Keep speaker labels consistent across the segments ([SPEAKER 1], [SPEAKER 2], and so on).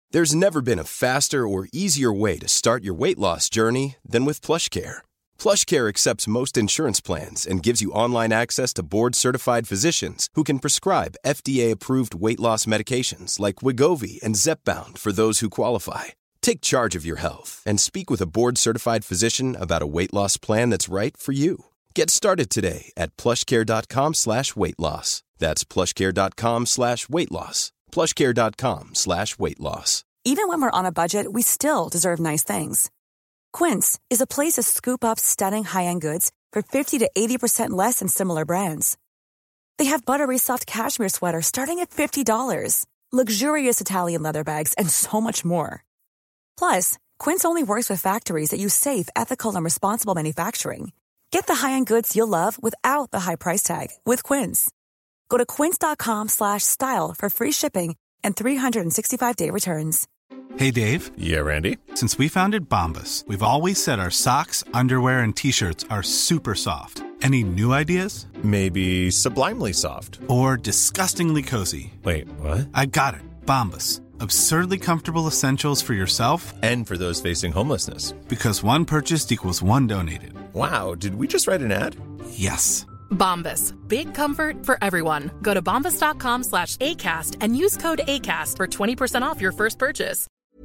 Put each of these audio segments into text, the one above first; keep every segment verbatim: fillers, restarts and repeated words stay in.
[SPEAKER 1] There's never been a faster or easier way to start your weight loss journey than with PlushCare. PlushCare accepts most insurance plans and gives you online access to board-certified physicians who can prescribe F D A-approved weight loss medications like Wegovy and Zepbound for those who qualify. Take charge of your health and speak with a board-certified physician about a weight loss plan that's right for you. Get started today at plushcare.com slash weight loss. That's plushcare.com slash weight loss. plushcare.com slash weight loss.
[SPEAKER 2] Even when we're on a budget, we still deserve nice things. Quince is a place to scoop up stunning high-end goods for fifty to eighty percent less than similar brands. They have buttery soft cashmere sweaters starting at fifty dollars, luxurious Italian leather bags, and so much more. Plus, Quince only works with factories that use safe, ethical, and responsible manufacturing. Get the high-end goods you'll love without the high price tag with Quince. Go to quince.com slash style for free shipping and three sixty-five day returns.
[SPEAKER 3] Hey, Dave.
[SPEAKER 4] Yeah, Randy.
[SPEAKER 3] Since we founded Bombas, we've always said our socks, underwear, and T-shirts are super soft. Any new ideas?
[SPEAKER 4] Maybe sublimely soft.
[SPEAKER 3] Or disgustingly cozy.
[SPEAKER 4] Wait, what?
[SPEAKER 3] I got it. Bombas. Absurdly comfortable essentials for yourself
[SPEAKER 4] and for those facing homelessness.
[SPEAKER 3] Because one purchased equals one donated.
[SPEAKER 4] Wow, did we just write an ad?
[SPEAKER 3] Yes.
[SPEAKER 5] Bombas. Big comfort for everyone. Go to bombas.com slash ACAST and use code ACAST for twenty percent off your first purchase.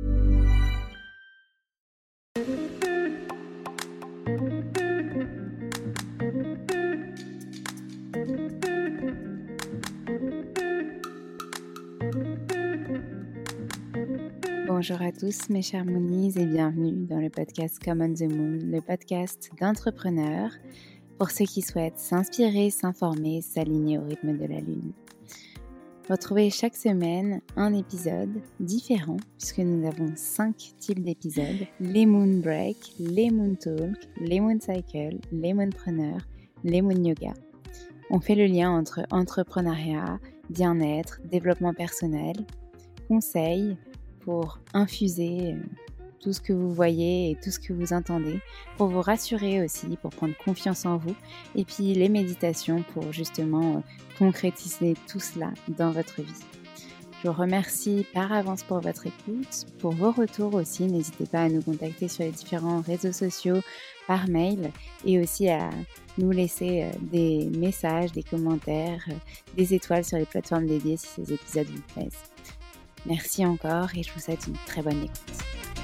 [SPEAKER 6] Bonjour à tous mes chers Moonies et bienvenue dans le podcast Come on the Moon, le podcast d'entrepreneurs pour ceux qui souhaitent s'inspirer, s'informer, s'aligner au rythme de la Lune. Retrouvez chaque semaine un épisode différent puisque nous avons cinq types d'épisodes, les Moon Break, les Moon Talk, les Moon Cycle, les Moonpreneurs, les Moon Yoga. On fait le lien entre entrepreneuriat, bien-être, développement personnel, conseils, pour infuser tout ce que vous voyez et tout ce que vous entendez, pour vous rassurer aussi, pour prendre confiance en vous, et puis les méditations pour justement concrétiser tout cela dans votre vie. Je vous remercie par avance pour votre écoute, pour vos retours aussi, n'hésitez pas à nous contacter sur les différents réseaux sociaux, par mail, et aussi à nous laisser des messages, des commentaires, des étoiles sur les plateformes dédiées si ces épisodes vous plaisent. Merci encore et je vous souhaite une très bonne écoute.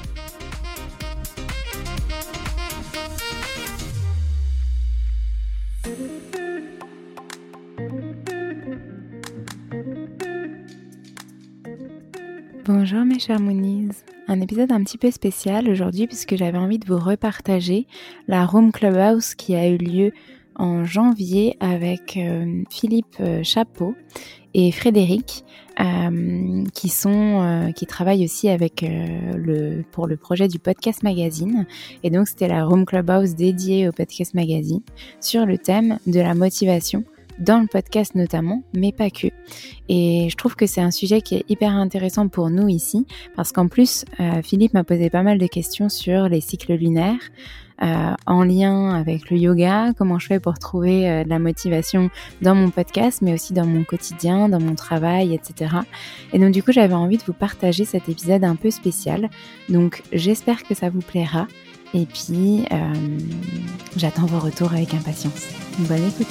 [SPEAKER 6] Bonjour mes chers Moonies, un épisode un petit peu spécial aujourd'hui puisque j'avais envie de vous repartager la Room Clubhouse qui a eu lieu en janvier avec euh, Philippe euh, Chapeau et Frédéric euh, qui sont euh, qui travaillent aussi avec euh, le pour le projet du Podcast Magazine, et donc c'était la Room Clubhouse dédiée au Podcast Magazine sur le thème de la motivation dans le podcast notamment, mais pas que. Et je trouve que c'est un sujet qui est hyper intéressant pour nous ici parce qu'en plus euh, Philippe m'a posé pas mal de questions sur les cycles lunaires, Euh, en lien avec le yoga, comment je fais pour trouver euh, de la motivation dans mon podcast, mais aussi dans mon quotidien, dans mon travail, et cetera. Et donc du coup, j'avais envie de vous partager cet épisode un peu spécial. Donc j'espère que ça vous plaira. Et puis, euh, j'attends vos retours avec impatience. Bonne écoute.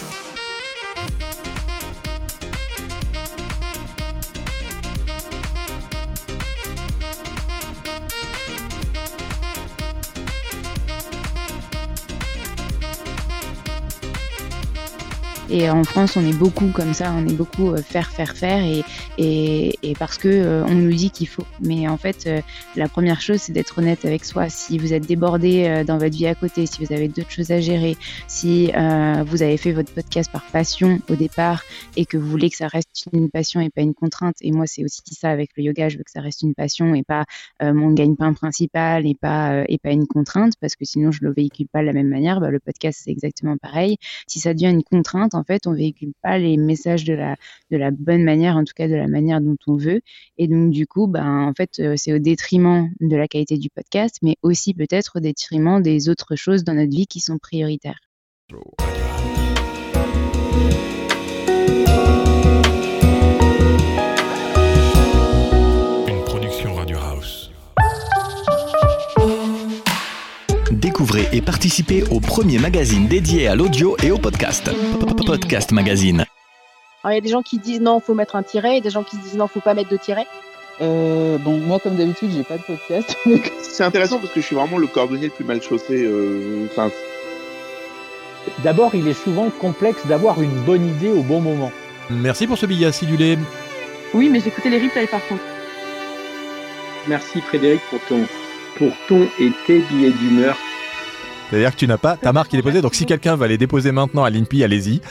[SPEAKER 6] Et en France, on est beaucoup comme ça, on est beaucoup euh, faire, faire, faire, et, et, et parce que euh, on nous dit qu'il faut. Mais en fait, euh, la première chose, c'est d'être honnête avec soi. Si vous êtes débordé euh, dans votre vie à côté, si vous avez d'autres choses à gérer, si euh, vous avez fait votre podcast par passion au départ et que vous voulez que ça reste une passion et pas une contrainte, et moi, c'est aussi ça avec le yoga, je veux que ça reste une passion et pas euh, mon gagne-pain principal et pas, euh, et pas une contrainte, parce que sinon, je le véhicule pas de la même manière. Bah, le podcast, c'est exactement pareil. Si ça devient une contrainte, en fait, on véhicule pas les messages de la de la bonne manière, en tout cas de la manière dont on veut. Et donc du coup, ben en fait, euh, c'est au détriment de la qualité du podcast, mais aussi peut-être au détriment des autres choses dans notre vie qui sont prioritaires.
[SPEAKER 7] Une production radio. Découvrez et participez au premier magazine dédié à l'audio et au podcast. Podcast Magazine.
[SPEAKER 8] Alors, il y a des gens qui disent non, faut mettre un tiret, et des gens qui disent non, faut pas mettre de tiret.
[SPEAKER 9] Euh, bon, moi, comme d'habitude, j'ai pas de podcast.
[SPEAKER 10] C'est intéressant parce que je suis vraiment le cordonnier le plus mal chaussé. Euh, enfin...
[SPEAKER 11] D'abord, il est souvent complexe d'avoir une bonne idée au bon moment.
[SPEAKER 12] Merci pour ce billet acidulé.
[SPEAKER 8] Oui, mais j'écoutais les replays par contre.
[SPEAKER 13] Merci Frédéric pour ton, pour ton et tes billets d'humeur.
[SPEAKER 12] C'est-à-dire que tu n'as pas ta marque qui est déposée, donc si quelqu'un va les déposer maintenant à l'I N P I, allez-y.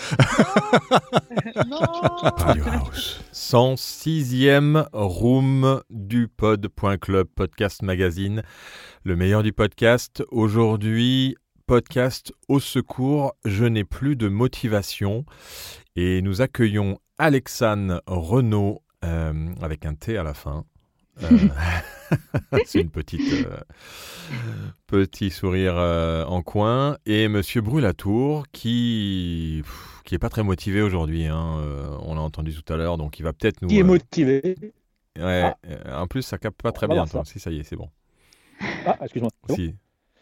[SPEAKER 8] Non.
[SPEAKER 12] Radio House. cent sixième room du pod point club, podcast magazine, le meilleur du podcast. Aujourd'hui, podcast au secours, je n'ai plus de motivation. Et nous accueillons Alexane Renaud, euh, avec un T à la fin. Euh, c'est une petite euh, petit sourire euh, en coin, et Monsieur Brulatour qui pff, qui est pas très motivé aujourd'hui, hein, euh, on l'a entendu tout à l'heure, donc il va peut-être nous.
[SPEAKER 11] Qui est motivé.
[SPEAKER 12] Euh, ouais.
[SPEAKER 11] Ah.
[SPEAKER 12] En plus, ça capte pas très bien. Toi. Si ça y est, c'est bon.
[SPEAKER 11] Ah, excuse-moi. C'est bon
[SPEAKER 12] si.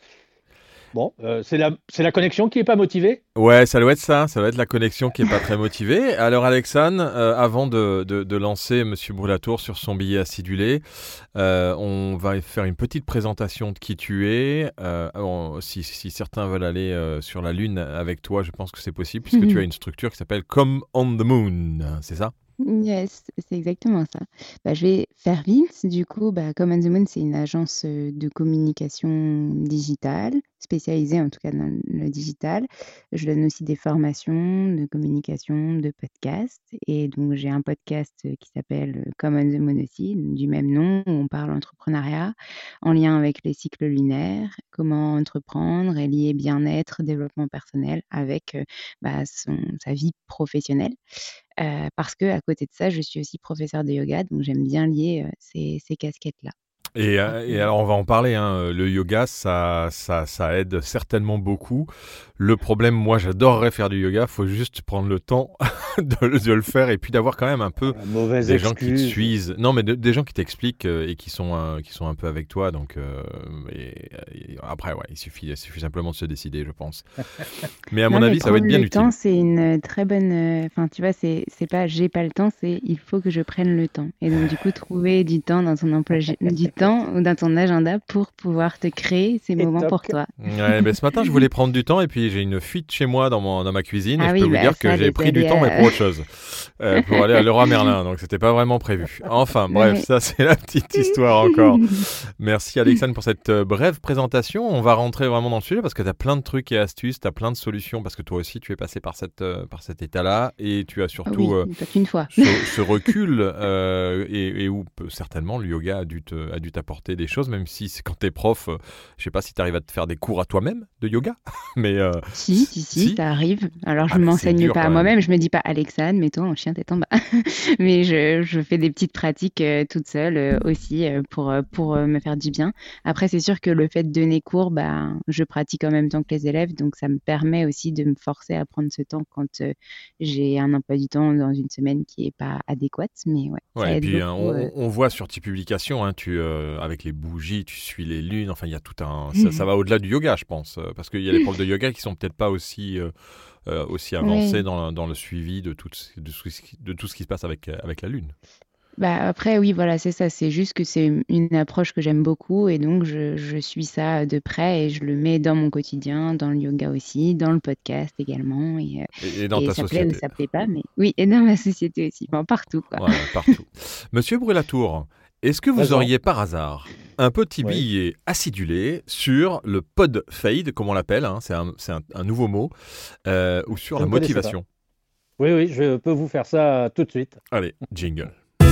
[SPEAKER 11] Bon, euh, c'est la, c'est la connexion qui n'est pas motivée ?
[SPEAKER 12] Ouais, ça doit être ça, ça doit être la connexion qui n'est pas très motivée. Alors Alexane, euh, avant de, de, de lancer Monsieur Brulatour sur son billet acidulé, euh, on va faire une petite présentation de qui tu es. Euh, on, si, si certains veulent aller euh, sur la Lune avec toi, je pense que c'est possible, puisque tu as une structure qui s'appelle Come on the Moon, c'est ça ?
[SPEAKER 6] Yes, c'est exactement ça. Bah, je vais faire vite. Du coup, bah, Come on the Moon, c'est une agence euh, de communication digitale, spécialisée en tout cas dans le digital. Je donne aussi des formations de communication, de podcast. Et donc, j'ai un podcast euh, qui s'appelle euh, Come on the Moon aussi, du même nom, où on parle entrepreneuriat en lien avec les cycles lunaires, comment entreprendre et lier bien-être, développement personnel avec euh, bah, son, sa vie professionnelle. Euh, parce que à côté de ça, je suis aussi professeure de yoga, donc j'aime bien lier euh, ces, ces casquettes-là.
[SPEAKER 12] Et, euh, et alors on va en parler, hein. Le yoga, ça, ça, ça aide certainement beaucoup. Le problème, moi j'adorerais faire du yoga, il faut juste prendre le temps de, de le faire, et puis d'avoir quand même un peu
[SPEAKER 11] Mauvaise
[SPEAKER 12] des
[SPEAKER 11] excuse.
[SPEAKER 12] gens qui te suivent. Non, mais de, des gens qui t'expliquent euh, et qui sont, euh, qui sont un peu avec toi. Donc, euh, et, et après, ouais, il suffit, il suffit simplement de se décider, je pense. Mais à mon
[SPEAKER 6] non,
[SPEAKER 12] avis,
[SPEAKER 6] mais
[SPEAKER 12] ça va être bien
[SPEAKER 6] le
[SPEAKER 12] utile.
[SPEAKER 6] Temps, c'est une très bonne. Enfin, euh, tu vois, c'est, c'est pas j'ai pas le temps, c'est il faut que je prenne le temps. Et donc, du coup, trouver du temps dans ton emploi du temps ou dans ton agenda pour pouvoir te créer ces
[SPEAKER 11] Et
[SPEAKER 6] moments
[SPEAKER 11] toc.
[SPEAKER 6] pour toi.
[SPEAKER 12] Ouais, ben ce matin, je voulais prendre du temps, et puis j'ai une fuite chez moi dans, mon, dans ma cuisine.
[SPEAKER 6] Ah
[SPEAKER 12] et
[SPEAKER 6] oui,
[SPEAKER 12] je peux
[SPEAKER 6] bah,
[SPEAKER 12] vous dire que
[SPEAKER 6] ça,
[SPEAKER 12] j'ai pris du
[SPEAKER 6] désolé,
[SPEAKER 12] temps, mais
[SPEAKER 6] euh.
[SPEAKER 12] pour autre chose. Euh, pour aller à Leroy Merlin. Donc, c'était pas vraiment prévu. Enfin, bref,
[SPEAKER 6] Ouais.
[SPEAKER 12] ça, c'est la petite histoire encore. Merci, Alexane, pour cette euh, brève présentation. On va rentrer vraiment dans le sujet parce que tu as plein de trucs et astuces, tu as plein de solutions, parce que toi aussi, tu es passé par, cette, euh, par cet état-là, et tu as
[SPEAKER 6] Ah
[SPEAKER 12] surtout
[SPEAKER 6] oui,
[SPEAKER 12] euh,
[SPEAKER 6] pas qu'une fois.
[SPEAKER 12] ce, ce recul euh, et, et où peu- certainement le yoga a dû, te, a dû t'apporter des choses, même si c'est quand t'es prof, euh, je sais pas si tu arrives à te faire des cours à toi-même de yoga, mais euh,
[SPEAKER 6] Si, si, si,
[SPEAKER 12] si.
[SPEAKER 6] ça arrive. Alors, je
[SPEAKER 12] Ah,
[SPEAKER 6] ne
[SPEAKER 12] mais c'est
[SPEAKER 6] m'enseigne
[SPEAKER 12] dur,
[SPEAKER 6] pas
[SPEAKER 12] quand
[SPEAKER 6] à
[SPEAKER 12] même.
[SPEAKER 6] moi-même. Je me dis pas, Alexane, mets-toi en chien tête en bas. Mais je, je fais des petites pratiques euh, toute seule euh, aussi euh, pour, euh, pour euh, me faire du bien. Après, c'est sûr que le fait de donner cours, bah, je pratique en même temps que les élèves. Donc, ça me permet aussi de me forcer à prendre ce temps quand euh, j'ai un emploi du temps dans une semaine qui n'est pas adéquate. Mais ouais, ça
[SPEAKER 12] Ouais, et
[SPEAKER 6] aide
[SPEAKER 12] puis hein,
[SPEAKER 6] beaucoup,
[SPEAKER 12] on,
[SPEAKER 6] euh.
[SPEAKER 12] on voit sur tes publications, hein, tu, euh, avec les bougies, tu suis les lunes, enfin il y a tout un... Ça, ça va au-delà du yoga, je pense, euh, parce qu'il y a des profs de yoga qui sont peut-être pas aussi, euh, euh, aussi avancés
[SPEAKER 6] Ouais.
[SPEAKER 12] dans, dans le suivi de tout, ce- de, tout ce qui- de tout ce qui se passe avec, euh, avec la lune.
[SPEAKER 6] Bah après, oui, voilà, c'est ça. C'est juste que c'est une approche que j'aime beaucoup et donc je, je suis ça de près et je le mets dans mon quotidien, dans le yoga aussi, dans le podcast également. Et, euh,
[SPEAKER 12] Et, et dans
[SPEAKER 6] et
[SPEAKER 12] ta
[SPEAKER 6] ça plaît ou
[SPEAKER 12] société.
[SPEAKER 6] ça plaît pas, mais oui, et dans ma société aussi, bon, partout, quoi.
[SPEAKER 12] Voilà, partout. Monsieur Brulatour, est-ce que vous
[SPEAKER 11] Présent.
[SPEAKER 12] auriez par hasard un petit
[SPEAKER 11] Oui.
[SPEAKER 12] billet acidulé sur le pod fade, comme on l'appelle, hein, c'est, un, c'est un, un nouveau mot, euh, ou sur
[SPEAKER 11] Je
[SPEAKER 12] la
[SPEAKER 11] ne connaissais
[SPEAKER 12] motivation?
[SPEAKER 11] Oui, oui, je peux vous faire ça tout de suite.
[SPEAKER 12] Allez, jingle.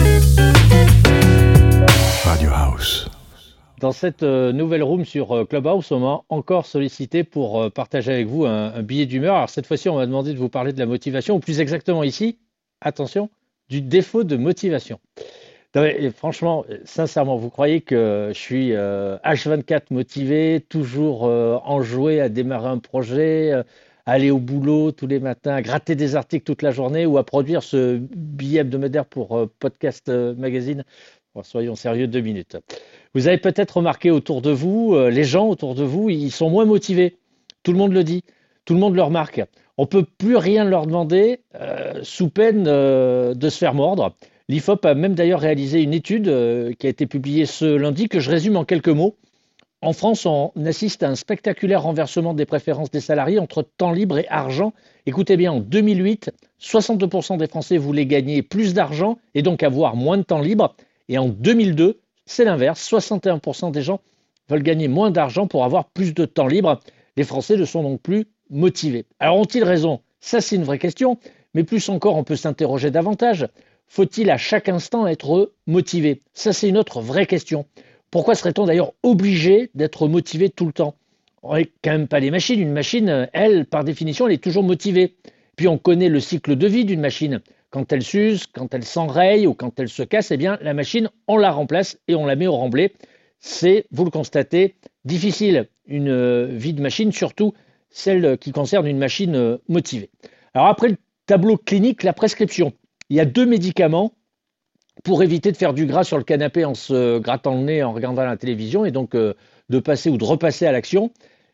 [SPEAKER 3] Radio House.
[SPEAKER 11] Dans cette euh, nouvelle room sur euh, Clubhouse, on m'a encore sollicité pour euh, partager avec vous un, un billet d'humeur. Alors cette fois-ci, on m'a demandé de vous parler de la motivation, ou plus exactement ici, attention, du défaut de motivation. Non, mais, et franchement, euh, sincèrement, vous croyez que je suis euh, H vingt-quatre motivé, toujours euh, enjoué à démarrer un projet, euh, à aller au boulot tous les matins, à gratter des articles toute la journée ou à produire ce billet hebdomadaire pour euh, Podcast euh, Magazine? Bon, soyons sérieux deux minutes. Vous avez peut-être remarqué autour de vous, euh, les gens autour de vous, ils sont moins motivés. Tout le monde le dit, tout le monde le remarque. On ne peut plus rien leur demander euh, sous peine euh, de se faire mordre. L'I F O P a même d'ailleurs réalisé une étude euh, qui a été publiée ce lundi, que je résume en quelques mots. En France, on assiste à un spectaculaire renversement des préférences des salariés entre temps libre et argent. Écoutez bien, en deux mille huit, soixante-deux pour cent des Français voulaient gagner plus d'argent et donc avoir moins de temps libre. Et en deux mille deux, c'est l'inverse, soixante et un pour cent des gens veulent gagner moins d'argent pour avoir plus de temps libre. Les Français ne sont donc plus motivés. Alors ont-ils raison? Ça, c'est une vraie question. Mais plus encore, on peut s'interroger davantage. Faut-il à chaque instant être motivé? Ça, c'est une autre vraie question. Pourquoi serait-on d'ailleurs obligé d'être motivé tout le temps? On n'est quand même pas des machines. Une machine, elle, par définition, elle est toujours motivée. Puis on connaît le cycle de vie d'une machine. Quand elle s'use, quand elle s'enraye ou quand elle se casse, eh bien, la machine, on la remplace et on la met au remblai. C'est, vous le constatez, difficile, une euh, vie de machine, surtout celle qui concerne une machine euh, motivée. Alors après le tableau clinique, la prescription. Il y a deux médicaments pour éviter de faire du gras sur le canapé en se grattant le nez en regardant la télévision et donc euh, de passer ou de repasser à l'action.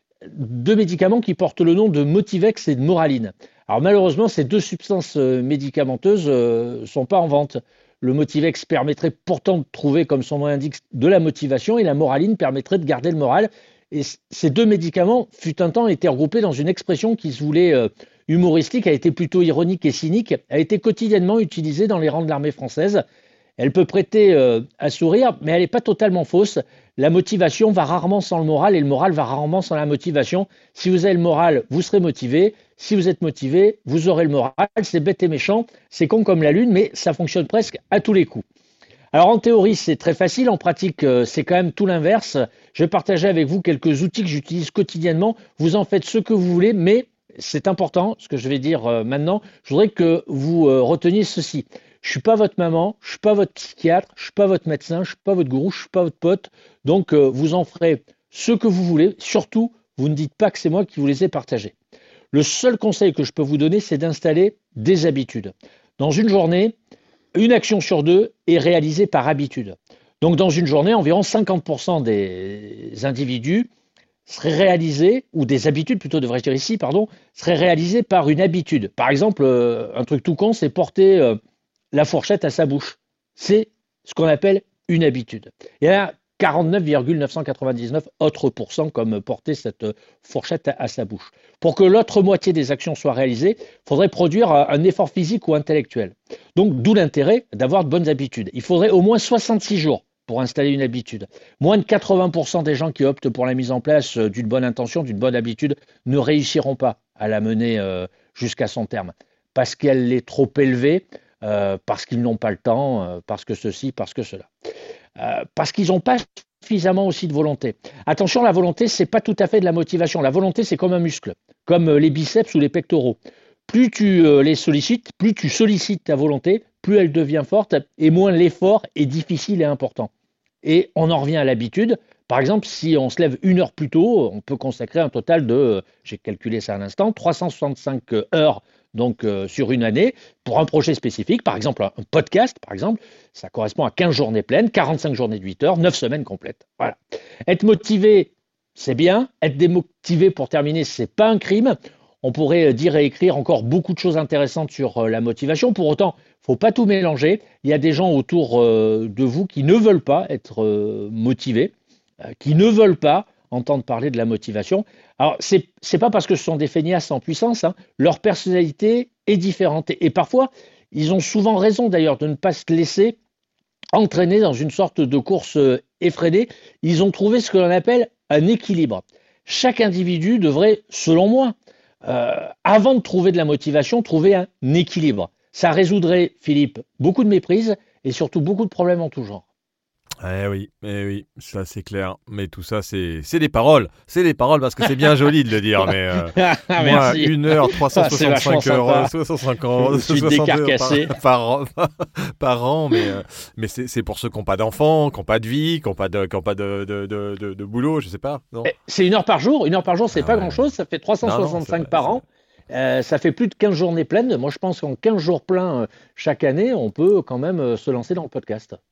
[SPEAKER 11] Deux médicaments qui portent le nom de Motivex et de Moraline. Alors malheureusement, ces deux substances euh, médicamenteuses ne euh, sont pas en vente. Le Motivex permettrait pourtant de trouver, comme son nom l'indique, de la motivation et la Moraline permettrait de garder le moral. Et ces deux médicaments, fut un temps, étaient regroupés dans une expression qui se voulait euh, humoristique, a été plutôt ironique et cynique, a été quotidiennement utilisée dans les rangs de l'armée française. Elle peut prêter euh, à sourire, mais elle n'est pas totalement fausse. La motivation va rarement sans le moral et le moral va rarement sans la motivation. Si vous avez le moral, vous serez motivé. Si vous êtes motivé, vous aurez le moral. C'est bête et méchant, c'est con comme la lune, mais ça fonctionne presque à tous les coups. Alors en théorie, c'est très facile. En pratique, euh, c'est quand même tout l'inverse. Je vais partager avec vous quelques outils que j'utilise quotidiennement. Vous en faites ce que vous voulez, mais c'est important, ce que je vais dire euh, maintenant. Je voudrais que vous euh, reteniez ceci. Je ne suis pas votre maman, je ne suis pas votre psychiatre, je ne suis pas votre médecin, je ne suis pas votre gourou, je ne suis pas votre pote. Donc, euh, vous en ferez ce que vous voulez. Surtout, vous ne dites pas que c'est moi qui vous les ai partagés. Le seul conseil que je peux vous donner, c'est d'installer des habitudes. Dans une journée, une action sur deux est réalisée par habitude. Donc, dans une journée, environ cinquante pour cent des individus seraient réalisés, ou des habitudes plutôt devrais-je dire ici, pardon, seraient réalisés par une habitude. Par exemple, euh, un truc tout con, c'est porter euh, la fourchette à sa bouche. C'est ce qu'on appelle une habitude. Il y a quarante-neuf virgule neuf cent quatre-vingt-dix-neuf autres pourcents comme porter cette fourchette à, à sa bouche. Pour que l'autre moitié des actions soit réalisée, il faudrait produire un effort physique ou intellectuel. Donc, d'où l'intérêt d'avoir de bonnes habitudes. Il faudrait au moins soixante-six jours pour installer une habitude. Moins de quatre-vingts pour cent des gens qui optent pour la mise en place d'une bonne intention, d'une bonne habitude, ne réussiront pas à la mener euh, jusqu'à son terme. Parce qu'elle est trop élevée, euh, parce qu'ils n'ont pas le temps, euh, parce que ceci, parce que cela. Euh, parce qu'ils n'ont pas suffisamment aussi de volonté. Attention, la volonté, c'est pas tout à fait de la motivation. La volonté, c'est comme un muscle, comme euh, les biceps ou les pectoraux. Plus tu euh, les sollicites, plus tu sollicites ta volonté, plus elle devient forte et moins l'effort est difficile et important. Et on en revient à l'habitude. Par exemple, si on se lève une heure plus tôt, on peut consacrer un total de, euh, j'ai calculé ça à l'instant, trois cent soixante-cinq heures donc euh, sur une année pour un projet spécifique. Par exemple, un podcast, par exemple, ça correspond à quinze journées pleines, quarante-cinq journées de huit heures, neuf semaines complètes. Voilà. Être motivé, c'est bien. Être démotivé, pour terminer, c'est pas un crime. On pourrait dire et écrire encore beaucoup de choses intéressantes sur la motivation. Pour autant, il ne faut pas tout mélanger. Il y a des gens autour de vous qui ne veulent pas être motivés, qui ne veulent pas entendre parler de la motivation. Alors, ce n'est pas parce que ce sont des feignasses en puissance, hein. Leur personnalité est différente. Et parfois, ils ont souvent raison d'ailleurs de ne pas se laisser entraîner dans une sorte de course effrénée. Ils ont trouvé ce que l'on appelle un équilibre. Chaque individu devrait, selon moi, Euh, avant de trouver de la motivation, trouver un équilibre. Ça résoudrait, Philippe, beaucoup de méprises et surtout beaucoup de problèmes en tout genre.
[SPEAKER 12] Eh oui, eh oui, ça c'est clair. Mais tout ça, c'est, c'est des paroles. C'est des paroles parce que c'est bien joli de le dire. Mais euh, moi, une heure, trois cent soixante-cinq heures, soixante-cinq euros,
[SPEAKER 11] je suis décarcassé
[SPEAKER 12] par, par, par an. Mais, euh, mais c'est, c'est pour ceux qui n'ont pas d'enfants, qui n'ont pas de vie, qui n'ont pas de, qui ont pas de, de, de, de, de boulot, je sais pas. Non.
[SPEAKER 11] C'est une heure par jour. Une heure par jour, c'est ah pas ouais. grand-chose. Ça fait trois cent soixante-cinq non, non, par an. Euh, ça fait plus de quinze journées pleines. Moi, je pense qu'en quinze jours pleins euh, chaque année, on peut quand même euh, se lancer dans le podcast.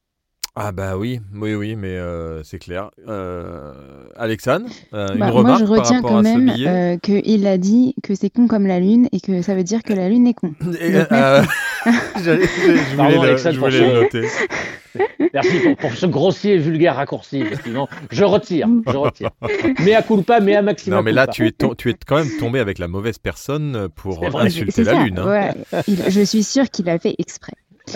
[SPEAKER 12] Ah bah oui, oui, oui, mais euh, c'est clair. Euh, Alexandre, euh, une
[SPEAKER 6] Bah, moi, je
[SPEAKER 12] remarque par
[SPEAKER 6] retiens
[SPEAKER 12] rapport
[SPEAKER 6] quand
[SPEAKER 12] à ce
[SPEAKER 6] même
[SPEAKER 12] billet?
[SPEAKER 6] euh, qu'il a dit que c'est con comme la lune et que ça veut dire que la lune est con.
[SPEAKER 12] Et,
[SPEAKER 6] Donc,
[SPEAKER 12] euh,
[SPEAKER 6] merci.
[SPEAKER 12] j'allais- je voulais
[SPEAKER 11] Pardon,
[SPEAKER 12] le,
[SPEAKER 11] Alexandre,
[SPEAKER 12] je
[SPEAKER 11] pour
[SPEAKER 12] voulais le
[SPEAKER 11] ce,
[SPEAKER 12] noter.
[SPEAKER 11] merci pour, pour ce grossier et vulgaire raccourci, effectivement. Je retire, je retire. Mea culpa, mea maxima
[SPEAKER 12] Non, mais là,
[SPEAKER 11] culpa.
[SPEAKER 12] tu es, to- tu es quand même tombé avec la mauvaise personne pour
[SPEAKER 11] C'est vrai.
[SPEAKER 12] insulter
[SPEAKER 6] C'est
[SPEAKER 12] la
[SPEAKER 6] ça,
[SPEAKER 12] lune. Hein.
[SPEAKER 6] ouais. Il- je suis sûre qu'il a fait exprès.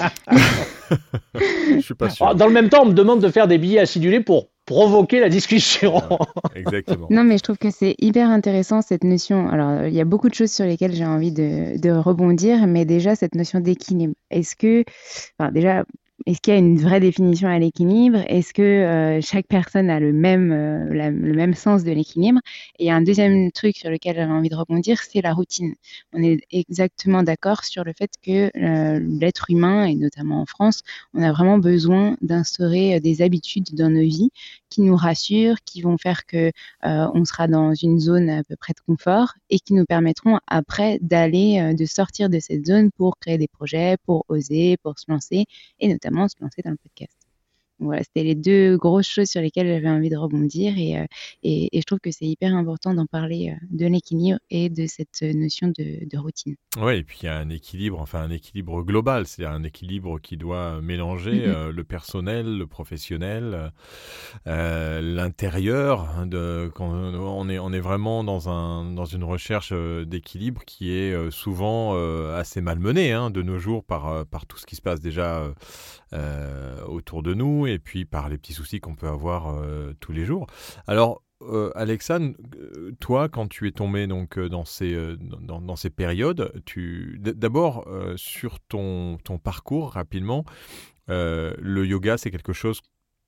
[SPEAKER 12] Je suis pas sûr.
[SPEAKER 11] Oh, Dans le même temps, on me demande de faire des billets acidulés pour provoquer la discussion.
[SPEAKER 12] Exactement.
[SPEAKER 6] Non, mais je trouve que c'est hyper intéressant cette notion. Alors, il y a beaucoup de choses sur lesquelles j'ai envie de, de rebondir, mais déjà, cette notion d'équilibre. Est-ce que, enfin, déjà, est-ce qu'il y a une vraie définition à l'équilibre? Est-ce que euh, chaque personne a le même, euh, la- le même sens de l'équilibre? Et un deuxième truc sur lequel j'avais envie de rebondir, c'est la routine. On est exactement d'accord sur le fait que euh, l'être humain, et notamment en France, on a vraiment besoin d'instaurer euh, des habitudes dans nos vies qui nous rassurent, qui vont faire que euh, on sera dans une zone à peu près de confort et qui nous permettront après d'aller, euh, de sortir de cette zone pour créer des projets, pour oser, pour se lancer et notamment se lancer dans le podcast. Donc voilà, c'était les deux grosses choses sur lesquelles j'avais envie de rebondir et, euh, et, et je trouve que c'est hyper important d'en parler euh, de l'équilibre et de cette notion de, de routine.
[SPEAKER 12] Oui, et puis il y a un équilibre, enfin un équilibre global, c'est-à-dire un équilibre qui doit mélanger
[SPEAKER 6] Mhm.
[SPEAKER 12] euh, le personnel, le professionnel, euh, l'intérieur. hein, De, quand on est, on est vraiment dans, un, dans une recherche euh, d'équilibre qui est euh, souvent euh, assez malmenée hein, de nos jours par, euh, par tout ce qui se passe déjà euh, euh, autour de nous et puis par les petits soucis qu'on peut avoir euh, tous les jours. Alors, euh, Alexandre, euh, toi, quand tu es tombé donc euh, dans ces euh, dans, dans ces périodes, tu d- d'abord euh, sur ton ton parcours rapidement, euh, le yoga, c'est quelque chose.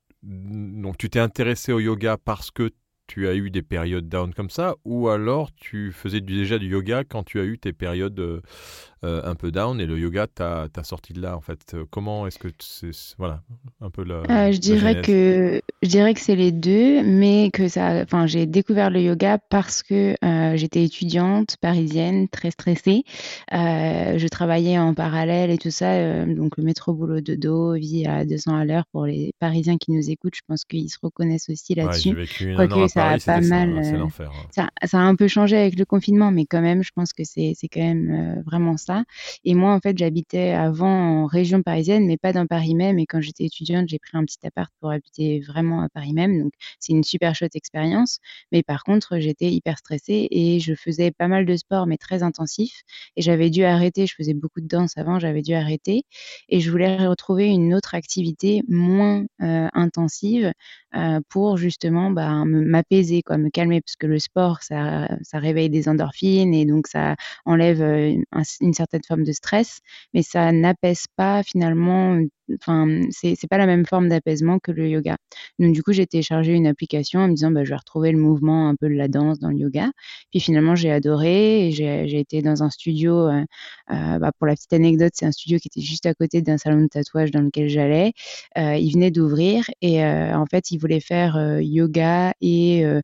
[SPEAKER 12] Donc, tu t'es intéressé au yoga parce que tu as eu des périodes down comme ça, ou alors tu faisais du- déjà du yoga quand tu as eu tes périodes euh, euh, un peu down et le yoga t'a t'a sorti de là en fait. Euh, Comment est-ce que c'est c'est- voilà un peu la,
[SPEAKER 6] Euh,
[SPEAKER 12] la
[SPEAKER 6] je dirais
[SPEAKER 12] genèse.
[SPEAKER 6] que je dirais que c'est les deux, mais que ça, enfin, j'ai découvert le yoga parce que euh, j'étais étudiante parisienne, très stressée. Euh, je travaillais en parallèle et tout ça, euh, donc le métro boulot dodo, vie à deux cents à l'heure pour les Parisiens qui nous écoutent. Je pense qu'ils se reconnaissent aussi
[SPEAKER 12] Ouais, j'ai
[SPEAKER 6] là-dessus.
[SPEAKER 12] vécu un an
[SPEAKER 6] Quoique
[SPEAKER 12] à
[SPEAKER 6] ça a
[SPEAKER 12] Paris,
[SPEAKER 6] pas
[SPEAKER 12] c'était ça,
[SPEAKER 6] mal,
[SPEAKER 12] hein, c'est
[SPEAKER 6] euh,
[SPEAKER 12] l'enfer. hein.
[SPEAKER 6] ça, ça a un peu changé avec le confinement, mais quand même, je pense que c'est c'est quand même euh, vraiment ça. Et moi, en fait, j'habitais avant en région parisienne, mais pas dans Paris même. Et quand j'étais étudiante, j'ai pris un petit appart pour habiter vraiment à Paris même. Donc, c'est une super chouette expérience. Mais par contre, j'étais hyper stressée et je faisais pas mal de sport, mais très intensif. Et j'avais dû arrêter. Je faisais beaucoup de danse avant, j'avais dû arrêter. Et je voulais retrouver une autre activité moins euh, intensive euh, pour justement bah, me- m'apaiser, quoi, me calmer. Parce que le sport, ça, ça réveille des endorphines et donc ça enlève euh, un- une certaine forme de stress, mais ça n'apaise pas finalement. Enfin, c'est c'est pas la même forme d'apaisement que le yoga. Donc du coup, j'ai téléchargé une application en me disant, bah, je vais retrouver le mouvement un peu de la danse dans le yoga. Puis finalement, j'ai adoré et j'ai j'ai été dans un studio. Euh, euh, bah, pour la petite anecdote, c'est un studio qui était juste à côté d'un salon de tatouage dans lequel j'allais. Euh, il venait d'ouvrir et euh, en fait, il voulait faire euh, yoga et euh,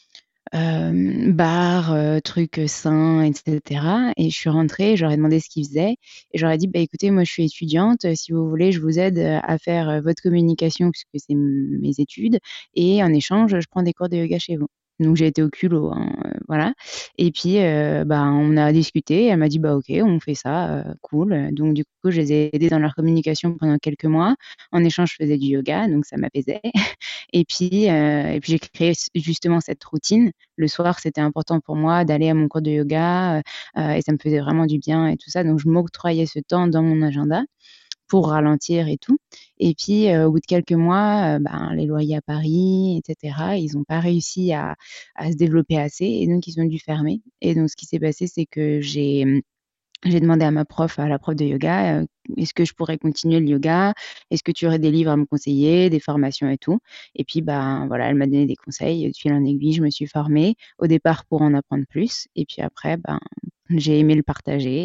[SPEAKER 6] Hem, bar, heu, trucs, heu, sains et cetera et je suis rentrée, je leur ai demandé ce qu'ils faisaient et je leur ai dit: «Bah, écoutez, moi, je suis étudiante, heu, si vous voulez, je vous aide, heu, à faire, heu, votre communication puisque c'est m mes études et en échange, je prends des cours de yoga chez vous». Donc j'ai été au culot, hein, heu, voilà et puis, heu, bah, on a discuté, elle m'a dit: «Bah, OK, on fait ça, heu, cool», donc du coup, je les ai aidés dans leur communication pendant quelques mois. En échange, je faisais du yoga, donc ça m'apaisait et puis, heu et puis j'ai créé s justement cette routine. Le soir, c'était important pour moi d'aller à mon cours de yoga, heu heu et ça me faisait vraiment du bien et tout ça, donc je m'octroyais ce temps dans mon agenda pour ralentir et tout et puis, heu, au bout de quelques mois, heu, ben, les loyers à Paris et cetera, ils ont pas réussi à à se développer assez et donc ils ont dû fermer et donc ce qui s'est passé, c'est que j'ai, mmh j'ai demandé à ma prof, à la prof de yoga, heu: «Est-ce que je pourrais continuer le yoga? Est-ce que tu aurais des livres à me conseiller, des formations et tout?» et puis, ben, voilà, elle m'a donné des conseils et de fil en aiguille, je me suis formée. Au départ pour en apprendre plus et puis après, ben, j'ai aimé le partager et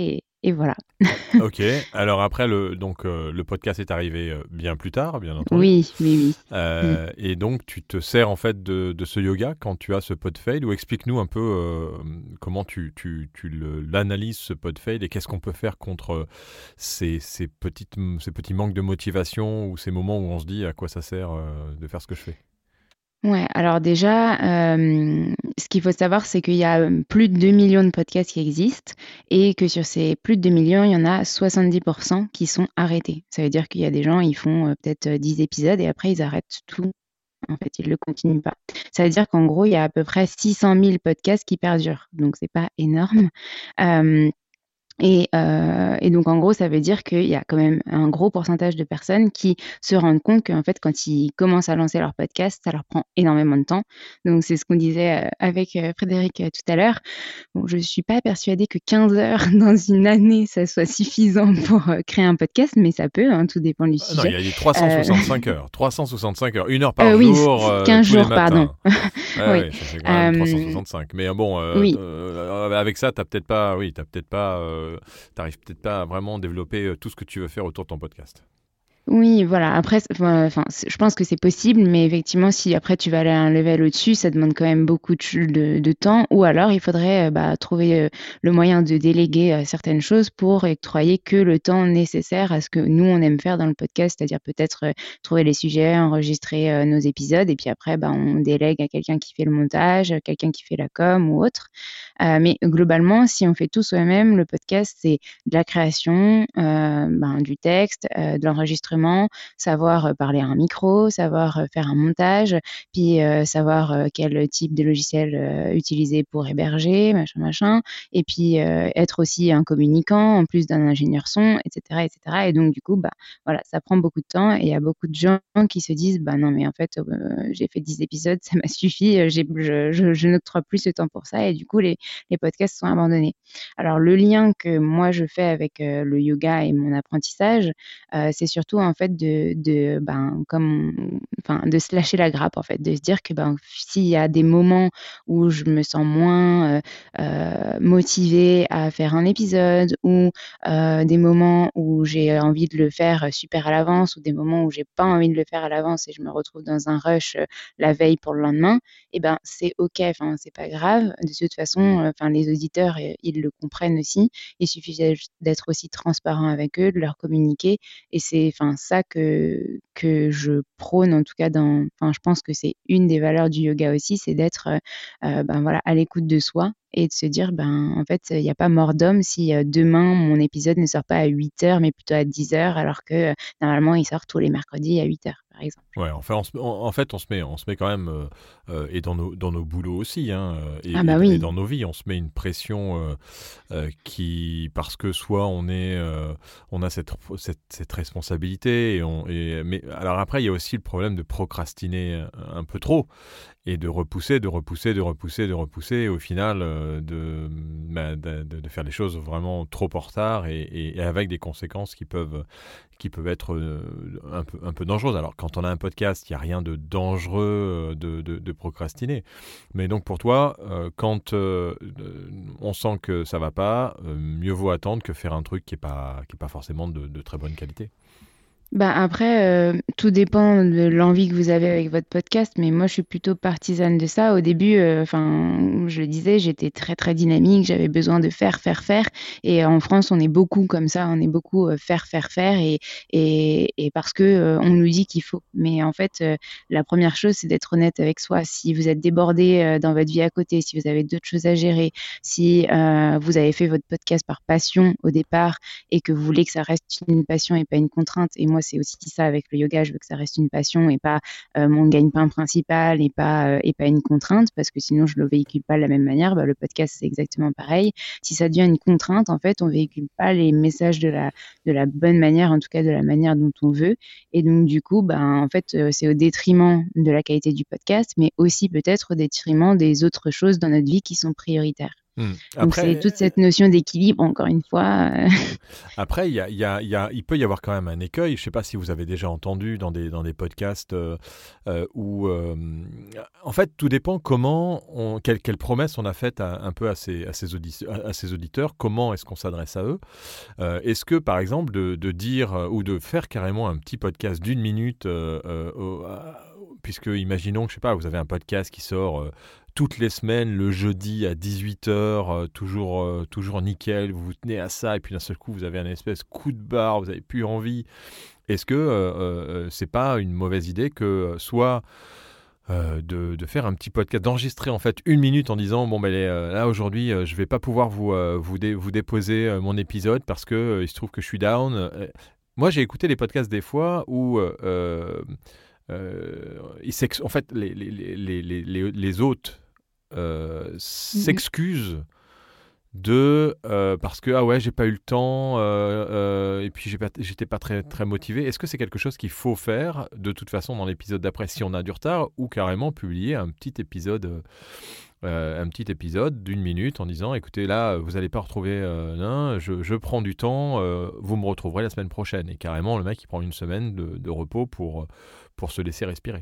[SPEAKER 6] et voilà.
[SPEAKER 12] Ok, alors après, le, donc, euh, le podcast est arrivé euh, bien plus tard, bien entendu.
[SPEAKER 6] Oui, oui, oui.
[SPEAKER 12] Euh,
[SPEAKER 6] Mm.
[SPEAKER 12] Et donc, tu te sers en fait de, de ce yoga quand tu as ce pod fade, ou explique-nous un peu euh, comment tu, tu, tu le- l'analyses, ce pod fade, et qu'est-ce qu'on peut faire contre ces, ces, petites, ces petits manques de motivation ou ces moments où on se dit à quoi ça sert euh, de faire ce que je fais.
[SPEAKER 6] Ouais, alors déjà, euh, ce qu'il faut savoir, c'est qu'il y a euh, plus de deux millions de podcasts qui existent et que sur ces plus de deux millions, il y en a soixante-dix pour cent qui sont arrêtés. Ça veut dire qu'il y a des gens, ils font euh, peut-être euh, dix épisodes et après, ils arrêtent tout. En fait, ils ne le continuent pas. Ça veut dire qu'en gros, il y a à peu près six cent mille podcasts qui perdurent. Donc, c'est pas énorme. Euh, Et, euh, et donc, en gros, ça veut dire qu'il y a quand même un gros pourcentage de personnes qui se rendent compte qu'en fait, quand ils commencent à lancer leur podcast, ça leur prend énormément de temps. Donc, c'est ce qu'on disait euh, avec euh, Frédéric euh, tout à l'heure. Bon, je ne suis pas persuadée que quinze heures dans une année, ça soit suffisant pour euh, créer un podcast, mais ça peut, hein, tout dépend du
[SPEAKER 12] Ah non,
[SPEAKER 6] sujet.
[SPEAKER 12] il y a dit trois cent soixante-cinq
[SPEAKER 6] Euh,
[SPEAKER 12] heures. trois cent soixante-cinq heures. Une heure par
[SPEAKER 6] euh, oui,
[SPEAKER 12] jour, euh,
[SPEAKER 6] quinze
[SPEAKER 12] tous les
[SPEAKER 6] jours, pardon.
[SPEAKER 12] matins. Ouais,
[SPEAKER 6] Oui.
[SPEAKER 12] ouais, ça fait quand même
[SPEAKER 6] Euh,
[SPEAKER 12] trois cent soixante-cinq. Mais euh, bon, euh,
[SPEAKER 6] oui.
[SPEAKER 12] euh, avec ça, t'as peut-être pas, oui, t'as peut-être pas, euh, t'arrives peut-être pas à vraiment développer euh, tout ce que tu veux faire autour de ton podcast.
[SPEAKER 6] Oui, voilà. Après, c'est- enfin, enfin, c'est- je pense que c'est possible, mais effectivement, si après tu vas aller à un level au-dessus, ça demande quand même beaucoup de, ch- de, de temps. Ou alors, il faudrait euh, bah, trouver euh, le moyen de déléguer euh, certaines choses pour octroyer que le temps nécessaire à ce que nous, on aime faire dans le podcast, c'est-à-dire peut-être euh, trouver les sujets, enregistrer euh, nos épisodes, et puis après, bah, on délègue à quelqu'un qui fait le montage, à quelqu'un qui fait la com ou autre. Euh, mais globalement, si on fait tout soi-même, le podcast, c'est de la création, euh, ben, du texte, euh, de l'enregistrement, savoir euh, parler à un micro, savoir euh, faire un montage, puis euh, savoir euh, quel type de logiciel euh, utiliser pour héberger, machin, machin, et puis euh, être aussi un communicant en plus d'un ingénieur son, et cetera, et cetera. Et donc, du coup, bah, voilà, ça prend beaucoup de temps et il y a beaucoup de gens qui se disent, bah non, mais en fait, euh, j'ai fait dix épisodes, ça m'a suffi, euh, j'ai, je, je, je n'octroie plus ce temps pour ça, et du coup, les, les podcasts sont abandonnés. Alors, le lien que moi, je fais avec euh, le yoga et mon apprentissage, euh, c'est surtout en fait de, de, ben, comme, enfin, de se lâcher la grappe, en fait, de se dire que ben, s'il y a des moments où je me sens moins euh, euh, motivée à faire un épisode, ou euh, des moments où j'ai envie de le faire super à l'avance, ou des moments où j'ai pas envie de le faire à l'avance et je me retrouve dans un rush euh, la veille pour le lendemain, et ben c'est ok, enfin c'est pas grave. De toute façon, euh, enfin les auditeurs euh, ils le comprennent aussi. Il suffit d'être aussi transparent avec eux, de leur communiquer, et c'est enfin ça que que je prône en tout cas dans. Enfin, je pense que c'est une des valeurs du yoga aussi, c'est d'être euh, euh, ben voilà à l'écoute de soi et de se dire ben en fait il n'y a pas mort d'homme si euh, demain mon épisode ne sort pas à huit heures mais plutôt à dix heures alors que euh, normalement il sort tous les mercredis à huit heures par exemple.
[SPEAKER 12] Ouais, enfin, on se- en, en fait, on se met, on se met quand même, euh, euh, et dans nos, dans nos boulots aussi, hein, euh, et,
[SPEAKER 6] Ah bah
[SPEAKER 12] et-
[SPEAKER 6] oui.
[SPEAKER 12] et dans nos vies, on se met une pression euh, euh, qui, parce que soit on est, euh, on a cette, cette, cette responsabilité, et on, et, mais alors après, il y a aussi le problème de procrastiner un, un peu trop, et de repousser, de repousser, de repousser, de repousser, et au final, euh, de, bah, de, de- de faire les choses vraiment trop en retard, et, et- et avec des conséquences qui peuvent, qui peuvent être euh, un peu, un peu dangereuses. Alors, quand on a un podcast, il n'y a rien de dangereux euh, de, de, de procrastiner. Mais donc, pour toi, euh, quand euh, euh, on sent que ça ne va pas, euh, mieux vaut attendre que faire un truc qui n'est pas, qui est pas forcément de, de très bonne qualité.
[SPEAKER 6] Bah après, euh, tout dépend de l'envie que vous avez avec votre podcast, mais moi je suis plutôt partisane de ça. Au début, euh, enfin, je le disais, j'étais très très dynamique, j'avais besoin de faire, faire, faire. Et en France, on est beaucoup comme ça, on est beaucoup euh, faire, faire, faire, et et, et parce que euh, on nous dit qu'il faut. Mais en fait, euh, la première chose, c'est d'être honnête avec soi. Si vous êtes débordé euh, dans votre vie à côté, si vous avez d'autres choses à gérer, si euh, vous avez fait votre podcast par passion au départ et que vous voulez que ça reste une passion et pas une contrainte, et moi c'est aussi ça avec le yoga, je veux que ça reste une passion et pas euh, mon gagne-pain principal et pas, euh, et pas une contrainte, parce que sinon je le véhicule pas de la même manière. Bah, le podcast c'est exactement pareil. Si ça devient une contrainte, en fait on véhicule pas les messages de la, de la bonne manière, en tout cas de la manière dont on veut, et donc du coup bah, en fait euh, c'est au détriment de la qualité du podcast, mais aussi peut-être au détriment des autres choses dans notre vie qui sont prioritaires.
[SPEAKER 12] Mmh.
[SPEAKER 6] Donc c'est
[SPEAKER 12] Après,
[SPEAKER 6] toute cette notion d'équilibre, encore une fois. euh.
[SPEAKER 12] après, il y a, il y a- il y a- il peut y avoir quand même un écueil. Je ne sais pas si vous avez déjà entendu dans des, dans des podcasts euh, euh, où, euh, en fait, tout dépend comment, on, quelle, quelle promesse on a faite à- un peu à ses, à ses, audi- à- à ses auditeurs, comment est-ce qu'on s'adresse à eux. Euh, est-ce que, par exemple, de, de dire euh, ou de faire carrément un petit podcast d'une minute, euh, euh, au- à- puisque imaginons que, je sais pas, vous avez un podcast qui sort euh, toutes les semaines, le jeudi à dix-huit heures, toujours, euh, toujours nickel, vous vous tenez à ça, et puis d'un seul coup, vous avez un espèce de coup de barre, vous n'avez plus envie. Est-ce que euh, euh, c'est pas une mauvaise idée que euh, soit euh, de, de faire un petit podcast, d'enregistrer en fait une minute en disant bon ben les, euh, là aujourd'hui euh, je vais pas pouvoir vous euh, vous, dé- vous déposer euh, mon épisode parce que euh, il se trouve que je suis down. Euh, Moi j'ai écouté les podcasts des fois où euh, euh, euh, ils s'ex- en fait les les les les les, les- les hôtes euh, s'excusent de euh, parce que ah ouais j'ai pas eu le temps euh, euh, et puis j'ai pas, j'étais pas très très motivé. Est-ce que c'est quelque chose qu'il faut faire de toute façon dans l'épisode d'après si on a du retard, ou carrément publier un petit épisode euh, un petit épisode d'une minute en disant écoutez là vous allez pas retrouver euh, non, je, je prends du temps, euh, vous me retrouverez la semaine prochaine, et carrément le mec il prend une semaine de, de repos pour pour se laisser respirer.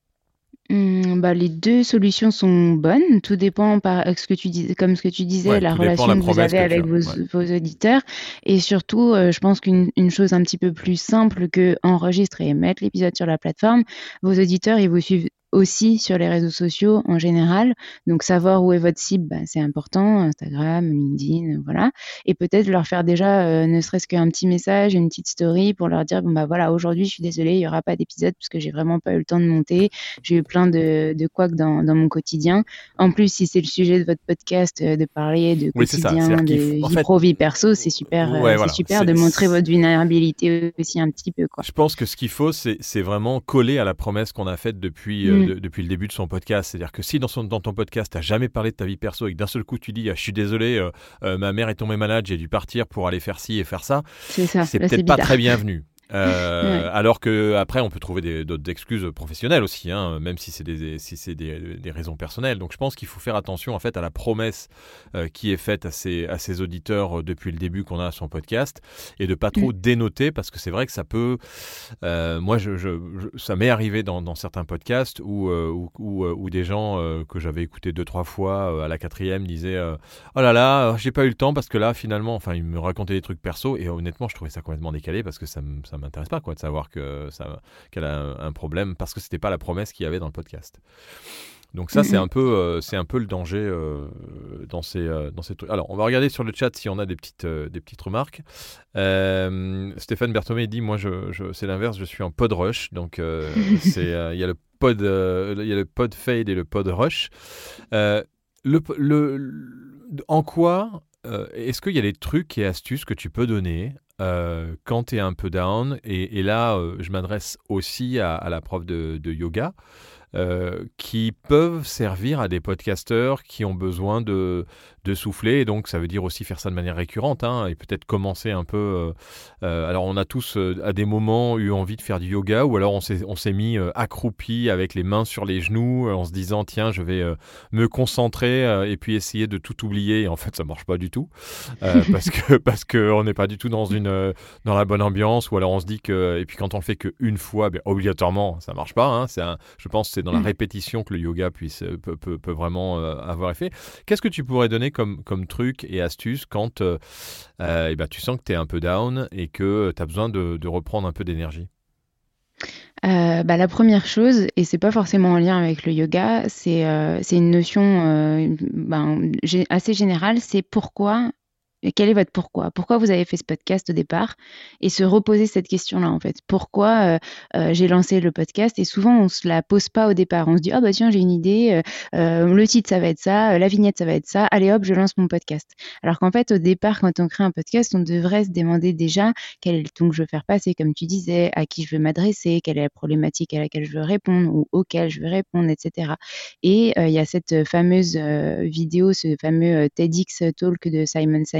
[SPEAKER 6] Hum, bah, les deux solutions sont bonnes. Tout dépend par euh, ce que tu dis, comme ce que tu disais,
[SPEAKER 12] Ouais,
[SPEAKER 6] la
[SPEAKER 12] tout dépend de
[SPEAKER 6] relation
[SPEAKER 12] la
[SPEAKER 6] que vous
[SPEAKER 12] promesse
[SPEAKER 6] avez
[SPEAKER 12] que tu
[SPEAKER 6] avec
[SPEAKER 12] as.
[SPEAKER 6] vos,
[SPEAKER 12] Ouais.
[SPEAKER 6] vos auditeurs. Et surtout, euh, je pense qu'une une chose un petit peu plus simple que enregistrer et mettre l'épisode sur la plateforme, vos auditeurs, ils vous suivent aussi sur les réseaux sociaux en général. Donc, savoir où est votre cible, bah, c'est important. Instagram, LinkedIn, euh, voilà. Et peut-être leur faire déjà, euh, ne serait-ce qu'un petit message, une petite story pour leur dire, bon, bah voilà, aujourd'hui, je suis désolée, il n'y aura pas d'épisode parce que j'ai vraiment pas eu le temps de monter. J'ai eu plein de, de couacs dans, dans mon quotidien. En plus, si c'est le sujet de votre podcast, euh, de parler de
[SPEAKER 12] Oui, c'est ça.
[SPEAKER 6] quotidien,
[SPEAKER 12] C'est-à-dire
[SPEAKER 6] de
[SPEAKER 12] qu'il faut- en
[SPEAKER 6] vie
[SPEAKER 12] fait,
[SPEAKER 6] pro, vie perso, c'est super, euh,
[SPEAKER 12] ouais,
[SPEAKER 6] c'est
[SPEAKER 12] voilà.
[SPEAKER 6] super
[SPEAKER 12] C'est-
[SPEAKER 6] de montrer votre vulnérabilité aussi un petit peu, quoi.
[SPEAKER 12] Je pense que ce qu'il faut, c'est, c'est vraiment coller à la promesse qu'on a faite depuis, euh,
[SPEAKER 6] Mm.
[SPEAKER 12] de- depuis le début de son podcast. C'est-à-dire que si dans, son, dans ton podcast, tu n'as jamais parlé de ta vie perso et que d'un seul coup tu dis ah, je suis désolé, euh, euh, ma mère est tombée malade, j'ai dû partir pour aller faire ci et faire ça,
[SPEAKER 6] C'est ça.
[SPEAKER 12] c'est
[SPEAKER 6] Là,
[SPEAKER 12] peut-être
[SPEAKER 6] c'est
[SPEAKER 12] pas
[SPEAKER 6] bizarre.
[SPEAKER 12] très bienvenu. Euh,
[SPEAKER 6] Ouais.
[SPEAKER 12] Alors que après on peut trouver des, d'autres excuses professionnelles aussi, hein, même si c'est, des, si c'est des, des raisons personnelles. Donc je pense qu'il faut faire attention en fait à la promesse euh, qui est faite à ses, à ses auditeurs euh, depuis le début qu'on a son podcast, et de pas trop
[SPEAKER 6] Mm.
[SPEAKER 12] dénoter, parce que c'est vrai que ça peut euh, moi je, je, je- ça m'est arrivé dans, dans certains podcasts où, euh, où, où, euh, où des gens euh, que j'avais écoutés deux trois fois euh, à la quatrième disaient euh, oh là là j'ai pas eu le temps parce que là finalement, enfin ils me racontaient des trucs perso, et honnêtement je trouvais ça complètement décalé parce que ça me- ça m'intéresse pas quoi de savoir que ça qu'elle a un, un problème parce que c'était pas la promesse qu'il y avait dans le podcast. Donc ça,
[SPEAKER 6] Mm,
[SPEAKER 12] c'est
[SPEAKER 6] mm.
[SPEAKER 12] un peu, euh, c'est un peu le danger euh, dans ces, euh, dans ces trucs. Alors, on va regarder sur le chat si on a des petites, euh, des petites remarques. Euh, Stéphane Berthomé dit, moi, je, je- c'est l'inverse, je suis en pod rush. Donc, euh, c'est, euh, il y a le pod, euh, il y a le pod fade et le pod rush. Euh, le, le, le- en quoi euh, est-ce qu'il y a des trucs et astuces que tu peux donner euh, quand tu es un peu down? Et, et là, euh, je m'adresse aussi à, à la prof de, de yoga. Euh, qui peuvent servir à des podcasteurs qui ont besoin de, de souffler, et donc ça veut dire aussi faire ça de manière récurrente, hein, et peut-être commencer un peu euh, euh, alors on a tous euh, à des moments eu envie de faire du yoga, ou alors on s'est, on s'est mis euh, accroupi avec les mains sur les genoux euh, en se disant tiens je vais euh, me concentrer euh, et puis essayer de tout oublier, et en fait ça marche pas du tout euh, parce que parce que on n'est pas du tout dans une euh, dans la bonne ambiance, ou alors on se dit que, et puis quand on le fait qu'une fois, ben, obligatoirement ça marche pas, hein, c'est un, je pense que c'est dans la répétition que le yoga puisse, peut, peut, peut vraiment euh, avoir effet. Qu'est-ce que tu pourrais donner comme, comme truc et astuce quand euh, euh, eh ben, tu sens que tu es un peu down et que tu as besoin de, de reprendre un peu d'énergie?
[SPEAKER 6] Euh, bah, la première chose, et c'est pas forcément en lien avec le yoga, c'est euh, c'est une notion euh, ben, gé- assez générale, c'est pourquoi, et quel est votre pourquoi? Pourquoi vous avez fait ce podcast au départ? Et se reposer cette question-là, en fait. Pourquoi euh, euh, j'ai lancé le podcast? Et souvent, on se la pose pas au départ. On se dit, ah bah tiens, j'ai une idée, euh, euh, le titre, ça va être ça, euh, la vignette, ça va être ça, allez hop, je lance mon podcast. Alors qu'en fait, au départ, quand on crée un podcast, on devrait se demander déjà quel est le ton que je veux faire passer, comme tu disais, à qui je veux m'adresser, quelle est la problématique à laquelle je veux répondre ou auquel je veux répondre, et cetera. Et euh, il y a cette fameuse euh, vidéo, ce fameux euh, TEDx Talk de Simon Sinek,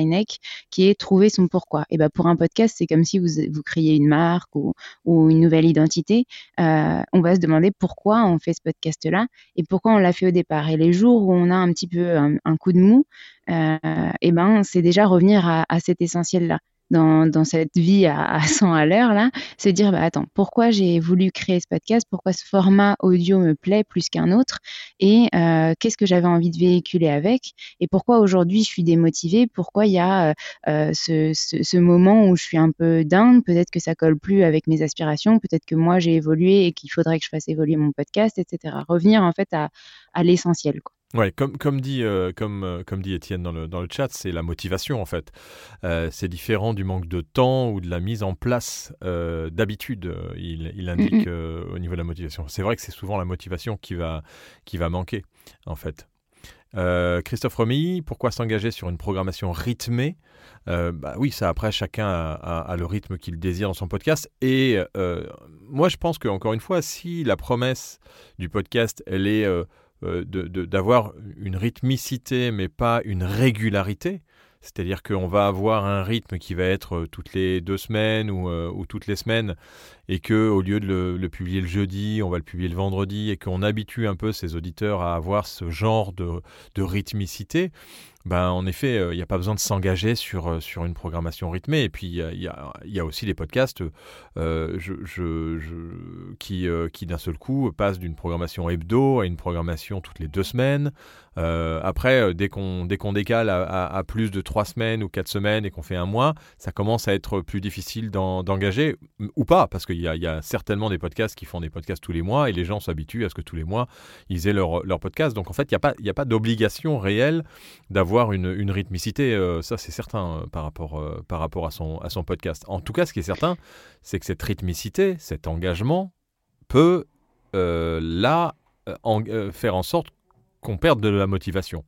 [SPEAKER 6] Hynek, qui est trouver son pourquoi. Et ben pour un podcast, c'est comme si vous, vous créez une marque ou, ou une nouvelle identité. Euh, on va se demander pourquoi on fait ce podcast-là et pourquoi on l'a fait au départ. Et les jours où on a un petit peu un, un coup de mou, euh, et ben c'est déjà revenir à, à cet essentiel-là. Dans, dans cette vie à, à cent à l'heure, là, se dire, bah, attends, pourquoi j'ai voulu créer ce podcast? Pourquoi ce format audio me plaît plus qu'un autre? Et euh, qu'est-ce que j'avais envie de véhiculer avec? Et pourquoi aujourd'hui je suis démotivée? Pourquoi il y a euh, ce, ce, ce moment où je suis un peu down? Peut-être que ça colle plus avec mes aspirations. Peut-être que moi, j'ai évolué et qu'il faudrait que je fasse évoluer mon podcast, et cetera. Revenir, en fait, à, à l'essentiel, quoi.
[SPEAKER 12] Ouais, comme, comme, dit, euh, comme, euh, comme dit Étienne dans le, dans le chat, c'est la motivation en fait. Euh, c'est différent du manque de temps ou de la mise en place euh, d'habitude, il, il indique euh, au niveau de la motivation. C'est vrai que c'est souvent la motivation qui va, qui va manquer en fait. Euh, Christophe Remy, pourquoi s'engager sur une programmation rythmée? euh, bah oui, ça après chacun a, a, a le rythme qu'il désire dans son podcast. Et euh, moi je pense que encore une fois, si la promesse du podcast elle est euh, Euh, de, de, d'avoir une rythmicité mais pas une régularité, c'est-à-dire qu'on va avoir un rythme qui va être euh, toutes les deux semaines ou, euh, ou toutes les semaines et qu'au lieu de le, le publier le jeudi, on va le publier le vendredi et qu'on habitue un peu ses auditeurs à avoir ce genre de, de rythmicité, ben, en effet, il euh, n'y a pas besoin de s'engager sur, euh, sur une programmation rythmée. Et puis, il y, y, y a aussi des podcasts euh, je, je, je, qui, euh, qui, d'un seul coup, passent d'une programmation hebdo à une programmation toutes les deux semaines. Euh, après, dès qu'on, dès qu'on décale à, à, à plus de trois semaines ou quatre semaines et qu'on fait un mois, ça commence à être plus difficile d'en, d'engager, ou pas, parce qu'il y a, y a certainement des podcasts qui font des podcasts tous les mois et les gens s'habituent à ce que tous les mois, ils aient leur, leur podcast. Donc, en fait, il n'y a pas, y a pas d'obligation réelle d'avoir Une, une rythmicité, euh, ça c'est certain euh, par rapport, euh, par rapport à, son, à son podcast. En tout cas, ce qui est certain, c'est que cette rythmicité, cet engagement peut euh, là euh, en, euh, faire en sorte qu'on perde de la motivation.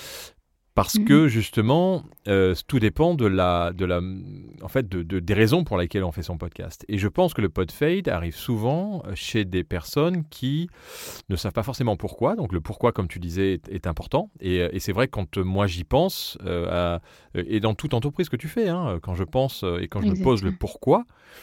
[SPEAKER 12] Parce mmh. que justement, euh, tout dépend de la, de la, en fait, de, de, des raisons pour lesquelles on fait son podcast. Et je pense que le podfade arrive souvent chez des personnes qui ne savent pas forcément pourquoi. Donc le pourquoi, comme tu disais, est, est important. Et, et c'est vrai que quand moi j'y pense, euh, à, et dans toute entreprise que tu fais, hein, quand je pense et quand je Exactement. me pose le pourquoi,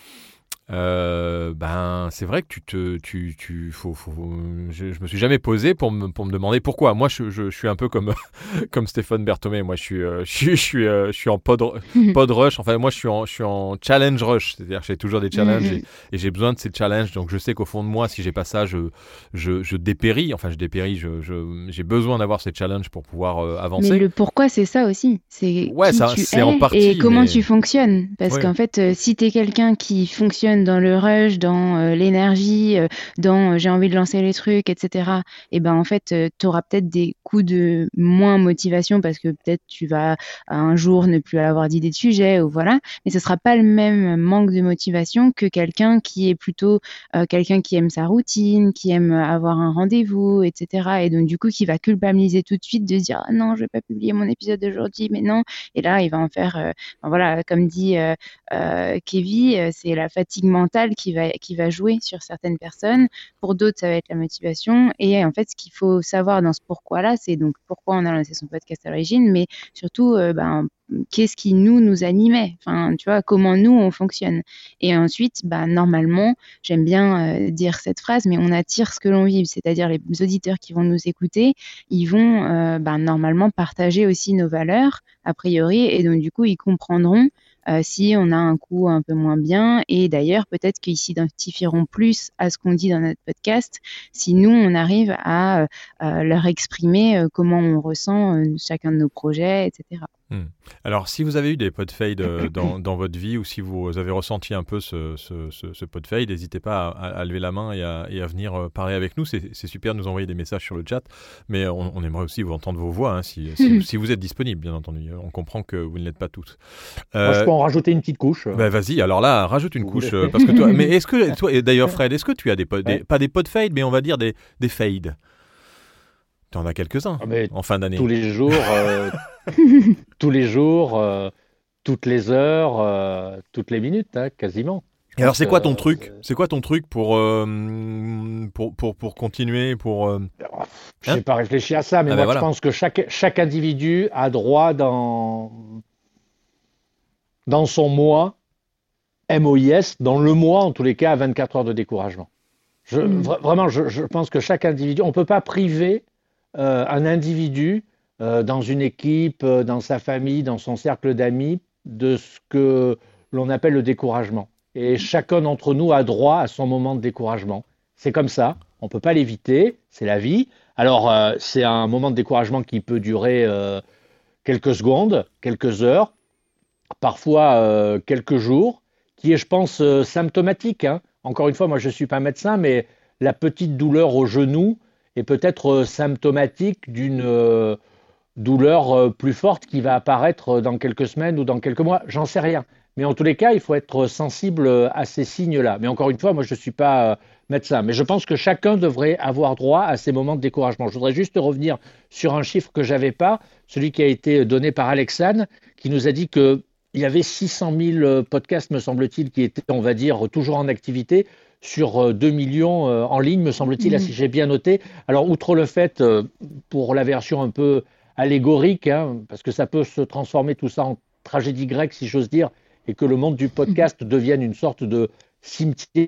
[SPEAKER 12] Euh, ben c'est vrai que tu te tu tu faut, faut je, je me suis jamais posé pour me pour me demander pourquoi. Moi je, je, je suis un peu comme comme Stéphane Berthomé. Moi je suis euh, je suis je suis euh, je suis en pod pod rush. Enfin moi je suis en je suis en challenge rush. C'est-à-dire que j'ai toujours des challenges et, et j'ai besoin de ces challenges. Donc je sais qu'au fond de moi, si j'ai pas ça, je je, je dépéris. Enfin je dépéris. Je, je j'ai besoin d'avoir ces challenges pour pouvoir euh, avancer.
[SPEAKER 6] Mais le pourquoi, c'est ça aussi. C'est
[SPEAKER 12] ouais,
[SPEAKER 6] qui
[SPEAKER 12] ça,
[SPEAKER 6] tu
[SPEAKER 12] c'est
[SPEAKER 6] es
[SPEAKER 12] en partie,
[SPEAKER 6] et comment
[SPEAKER 12] mais...
[SPEAKER 6] tu fonctionnes. Parce ouais. qu'en fait, euh, si t'es quelqu'un qui fonctionne dans le rush, dans euh, l'énergie, euh, dans euh, j'ai envie de lancer les trucs, et cetera. Et ben en fait, euh, tu auras peut-être des coups de moins motivation parce que peut-être tu vas un jour ne plus avoir d'idée de sujet ou voilà. Mais ce sera pas le même manque de motivation que quelqu'un qui est plutôt euh, quelqu'un qui aime sa routine, qui aime avoir un rendez-vous, et cetera. Et donc du coup, qui va culpabiliser tout de suite de se dire ah non, je vais pas publier mon épisode d'aujourd'hui, mais non. Et là, il va en faire, euh, voilà, comme dit euh, euh, Kevin, euh, c'est la fatigue mentale qui va qui va jouer sur certaines personnes. Pour d'autres, ça va être la motivation. Et en fait, ce qu'il faut savoir dans ce pourquoi-là, c'est donc pourquoi on a lancé son podcast à l'origine, mais surtout, euh, ben, qu'est-ce qui nous, nous animait, enfin, tu vois, comment nous, on fonctionne. Et ensuite, bah, normalement, j'aime bien euh, dire cette phrase, mais on attire ce que l'on vive, c'est-à-dire les auditeurs qui vont nous écouter, ils vont euh, bah, normalement partager aussi nos valeurs, a priori, et donc du coup, ils comprendront Euh, si on a un coup un peu moins bien. Et d'ailleurs, peut-être qu'ils s'identifieront plus à ce qu'on dit dans notre podcast si nous, on arrive à euh, leur exprimer euh, comment on ressent euh, chacun de nos projets, et cetera.
[SPEAKER 12] Hmm. Alors, si vous avez eu des podfades euh, dans, dans votre vie ou si vous avez ressenti un peu ce, ce, ce, ce podfade, n'hésitez pas à, à lever la main et à, et à venir euh, parler avec nous. C'est, c'est super de nous envoyer des messages sur le chat, mais on, on aimerait aussi vous entendre vos voix, hein, si, si, si vous êtes disponible, bien entendu. On comprend que vous ne l'êtes pas toutes.
[SPEAKER 11] Euh, Moi, je peux en rajouter une petite couche.
[SPEAKER 12] Bah, vas-y, alors là, rajoute une vous couche. Euh, parce que toi, mais est-ce que, toi, et d'ailleurs, Fred, est-ce que tu as des, pod, des pas des podfades, mais on va dire des, des fades? Tu en as quelques-uns ah, en fin d'année.
[SPEAKER 11] Tous les jours, euh, tous les jours, euh, toutes les heures, euh, toutes les minutes, hein, quasiment.
[SPEAKER 12] Et alors, c'est quoi ton euh, truc c'est... c'est quoi ton truc pour, euh, pour, pour, pour continuer pour, euh...
[SPEAKER 11] Je n'ai hein pas réfléchi à ça, mais ah moi, ben je voilà. pense que chaque, chaque individu a droit dans... dans son mois, M O I S, dans le mois en tous les cas, à vingt-quatre heures de découragement. Je, mmh. vra- vraiment, je, je pense que chaque individu, on ne peut pas priver euh, un individu euh, dans une équipe, euh, dans sa famille, dans son cercle d'amis, de ce que l'on appelle le découragement. Et chacun d'entre nous a droit à son moment de découragement. C'est comme ça, on ne peut pas l'éviter, c'est la vie. Alors, euh, c'est un moment de découragement qui peut durer euh, quelques secondes, quelques heures, parfois euh, quelques jours, qui est, je pense, euh, symptomatique. Hein. Encore une fois, moi, je ne suis pas médecin, mais la petite douleur au genou est peut-être euh, symptomatique d'une euh, douleur euh, plus forte qui va apparaître dans quelques semaines ou dans quelques mois. J'en sais rien. Mais en tous les cas, il faut être sensible à ces signes-là. Mais encore une fois, moi, je ne suis pas euh, médecin. Mais je pense que chacun devrait avoir droit à ces moments de découragement. Je voudrais juste revenir sur un chiffre que je n'avais pas, celui qui a été donné par Alexane, qui nous a dit que il y avait six cent mille podcasts, me semble-t-il, qui étaient, on va dire, toujours en activité sur deux millions en ligne, me semble-t-il, mmh. si j'ai bien noté. Alors, outre le fait, pour la version un peu allégorique, hein, parce que ça peut se transformer tout ça en tragédie grecque, si j'ose dire, et que le monde du podcast mmh. devienne une sorte de cimetière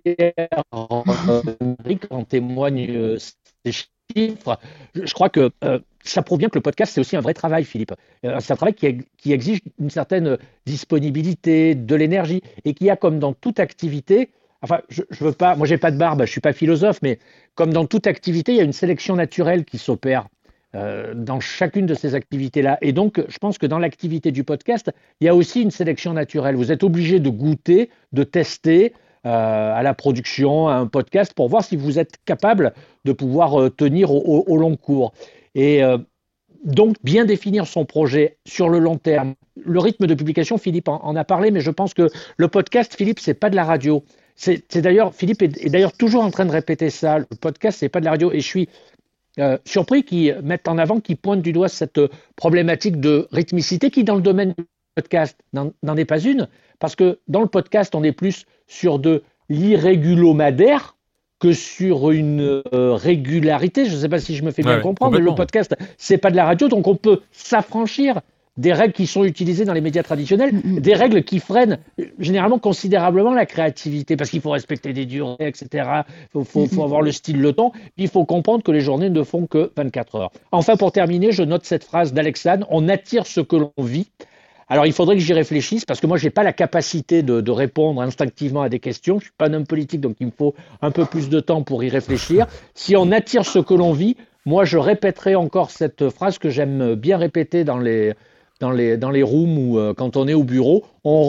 [SPEAKER 11] numérique, en témoignent euh, ces chiffres. Je, je crois que euh, ça prouve bien que le podcast, c'est aussi un vrai travail, Philippe. Euh, c'est un travail qui, qui exige une certaine disponibilité, de l'énergie, et qui a, comme dans toute activité, enfin, je, je veux pas, moi j'ai pas de barbe, je suis pas philosophe, mais comme dans toute activité, il y a une sélection naturelle qui s'opère euh, dans chacune de ces activités-là. Et donc, je pense que dans l'activité du podcast, il y a aussi une sélection naturelle. Vous êtes obligé de goûter, de tester, Euh, à la production, à un podcast, pour voir si vous êtes capable de pouvoir euh, tenir au, au, au long cours. Et euh, donc, bien définir son projet sur le long terme. Le rythme de publication, Philippe en, en a parlé, mais je pense que le podcast, Philippe, c'est pas de la radio. C'est, c'est d'ailleurs, Philippe est, est d'ailleurs toujours en train de répéter ça. Le podcast, c'est pas de la radio. Et je suis euh, surpris qu'ils mettent en avant, qu'ils pointent du doigt cette problématique de rythmicité qui, dans le domaine du podcast, n'en, n'en est pas une. Parce que dans le podcast, on est plus sur de l'irrégulomadaire que sur une euh, régularité. Je ne sais pas si je me fais bien ouais, comprendre, mais le podcast, c'est pas de la radio, donc on peut s'affranchir des règles qui sont utilisées dans les médias traditionnels, mmh. des règles qui freinent généralement considérablement la créativité, parce qu'il faut respecter des durées, et cetera. Il faut, faut, faut avoir le style, le ton. Puis il faut comprendre que les journées ne font que vingt-quatre heures. Enfin, pour terminer, je note cette phrase d'Alexane, « On attire ce que l'on vit ». Alors, il faudrait que j'y réfléchisse parce que moi, je n'ai pas la capacité de, de répondre instinctivement à des questions. Je ne suis pas un homme politique, donc il me faut un peu plus de temps pour y réfléchir. Si on attire ce que l'on vit, moi, je répéterai encore cette phrase que j'aime bien répéter dans les, dans les, dans les rooms ou euh, quand on est au bureau. On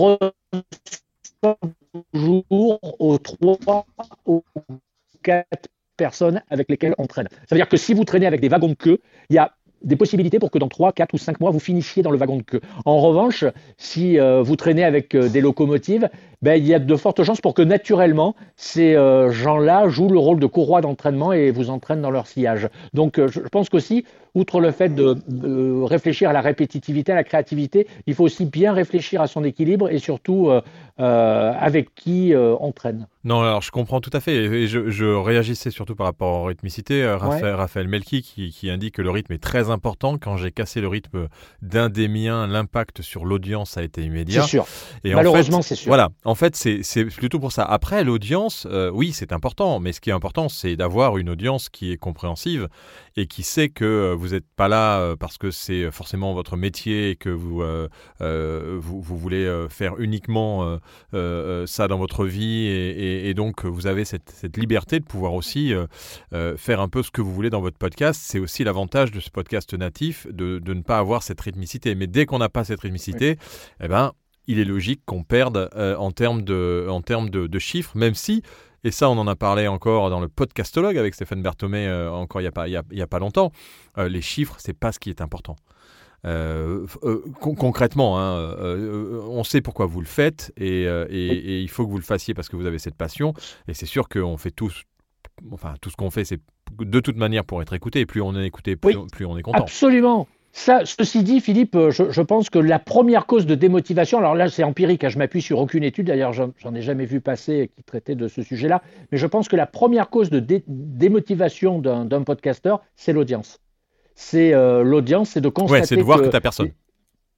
[SPEAKER 11] reçoit toujours aux trois ou quatre personnes avec lesquelles on traîne. Ça veut dire que si vous traînez avec des wagons de queue, il y a des possibilités pour que dans trois, quatre ou cinq mois, vous finissiez dans le wagon de queue. En revanche, si euh, vous traînez avec euh, des locomotives, ben, il y a de fortes chances pour que naturellement, ces euh, gens-là jouent le rôle de courroie d'entraînement et vous entraînent dans leur sillage. Donc, euh, je pense qu'aussi, outre le fait de, de réfléchir à la répétitivité, à la créativité, il faut aussi bien réfléchir à son équilibre et surtout euh, euh, avec qui euh, on traîne.
[SPEAKER 12] Non, alors je comprends tout à fait. Et je, je réagissais surtout par rapport aux rythmicité. Raphaël, ouais. Raphaël Melki qui, qui indique que le rythme est très important. Quand j'ai cassé le rythme d'un des miens, l'impact sur l'audience a été immédiat.
[SPEAKER 11] C'est sûr.
[SPEAKER 12] Et
[SPEAKER 11] malheureusement,
[SPEAKER 12] en fait,
[SPEAKER 11] c'est sûr.
[SPEAKER 12] Voilà. En fait, c'est, c'est plutôt pour ça. Après, l'audience, euh, oui, c'est important. Mais ce qui est important, c'est d'avoir une audience qui est compréhensive et qui sait que vous n'êtes pas là parce que c'est forcément votre métier et que vous, euh, euh, vous, vous voulez faire uniquement euh, euh, ça dans votre vie et, et, et donc vous avez cette, cette liberté de pouvoir aussi euh, euh, faire un peu ce que vous voulez dans votre podcast. C'est aussi l'avantage de ce podcast natif de, de ne pas avoir cette rythmicité. Mais dès qu'on n'a pas cette rythmicité, oui. eh ben, il est logique qu'on perde euh, en termes de, en termes de, de chiffres, même si... Et ça, on en a parlé encore dans le podcastologue avec Stéphane Berthomé euh, encore il n'y a pas, il y a, il y a pas longtemps. Euh, les chiffres, c'est pas ce qui est important. Euh, euh, con- concrètement, hein, euh, on sait pourquoi vous le faites et, euh, et, et il faut que vous le fassiez parce que vous avez cette passion. Et c'est sûr qu'on fait tous, enfin tout ce qu'on fait, c'est de toute manière pour être écouté. Et plus on est écouté, plus,
[SPEAKER 11] oui,
[SPEAKER 12] plus on est content.
[SPEAKER 11] Absolument. Ça, ceci dit, Philippe, je, je pense que la première cause de démotivation, alors là c'est empirique, hein, je m'appuie sur aucune étude, d'ailleurs j'en, j'en ai jamais vu passer qui traitait de ce sujet-là, mais je pense que la première cause de dé, démotivation d'un, d'un podcasteur, c'est l'audience. C'est euh, l'audience, c'est de constater
[SPEAKER 12] ouais, c'est de voir
[SPEAKER 11] que,
[SPEAKER 12] que t'as personne.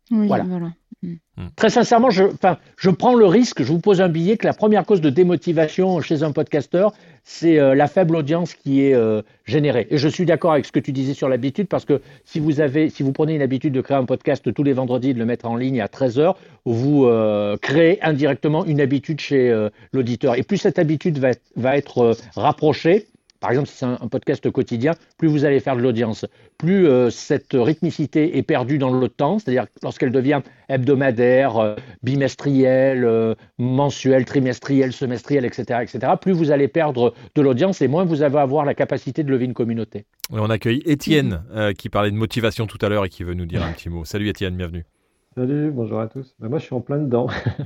[SPEAKER 6] Oui,
[SPEAKER 11] Voilà.
[SPEAKER 6] voilà. Mm.
[SPEAKER 11] Très sincèrement, je, enfin, je prends le risque, je vous pose un billet, que la première cause de démotivation chez un podcasteur, c'est euh, la faible audience qui est euh, générée. Et je suis d'accord avec ce que tu disais sur l'habitude, parce que si vous avez, si vous prenez une habitude de créer un podcast tous les vendredis et de le mettre en ligne à treize heures, vous euh, créez indirectement une habitude chez euh, l'auditeur. Et plus cette habitude va être, va être euh, rapprochée, par exemple, si c'est un, un podcast quotidien, plus vous allez faire de l'audience. Plus euh, cette rythmicité est perdue dans le temps, c'est-à-dire lorsqu'elle devient hebdomadaire, euh, bimestrielle, euh, mensuelle, trimestrielle, semestrielle, et cetera, et cetera, plus vous allez perdre de l'audience et moins vous allez avoir la capacité de lever une communauté.
[SPEAKER 12] Et on accueille Étienne euh, qui parlait de motivation tout à l'heure et qui veut nous dire un petit mot. Salut Étienne, bienvenue.
[SPEAKER 14] Salut, bonjour à tous. Ben moi, je suis en plein dedans.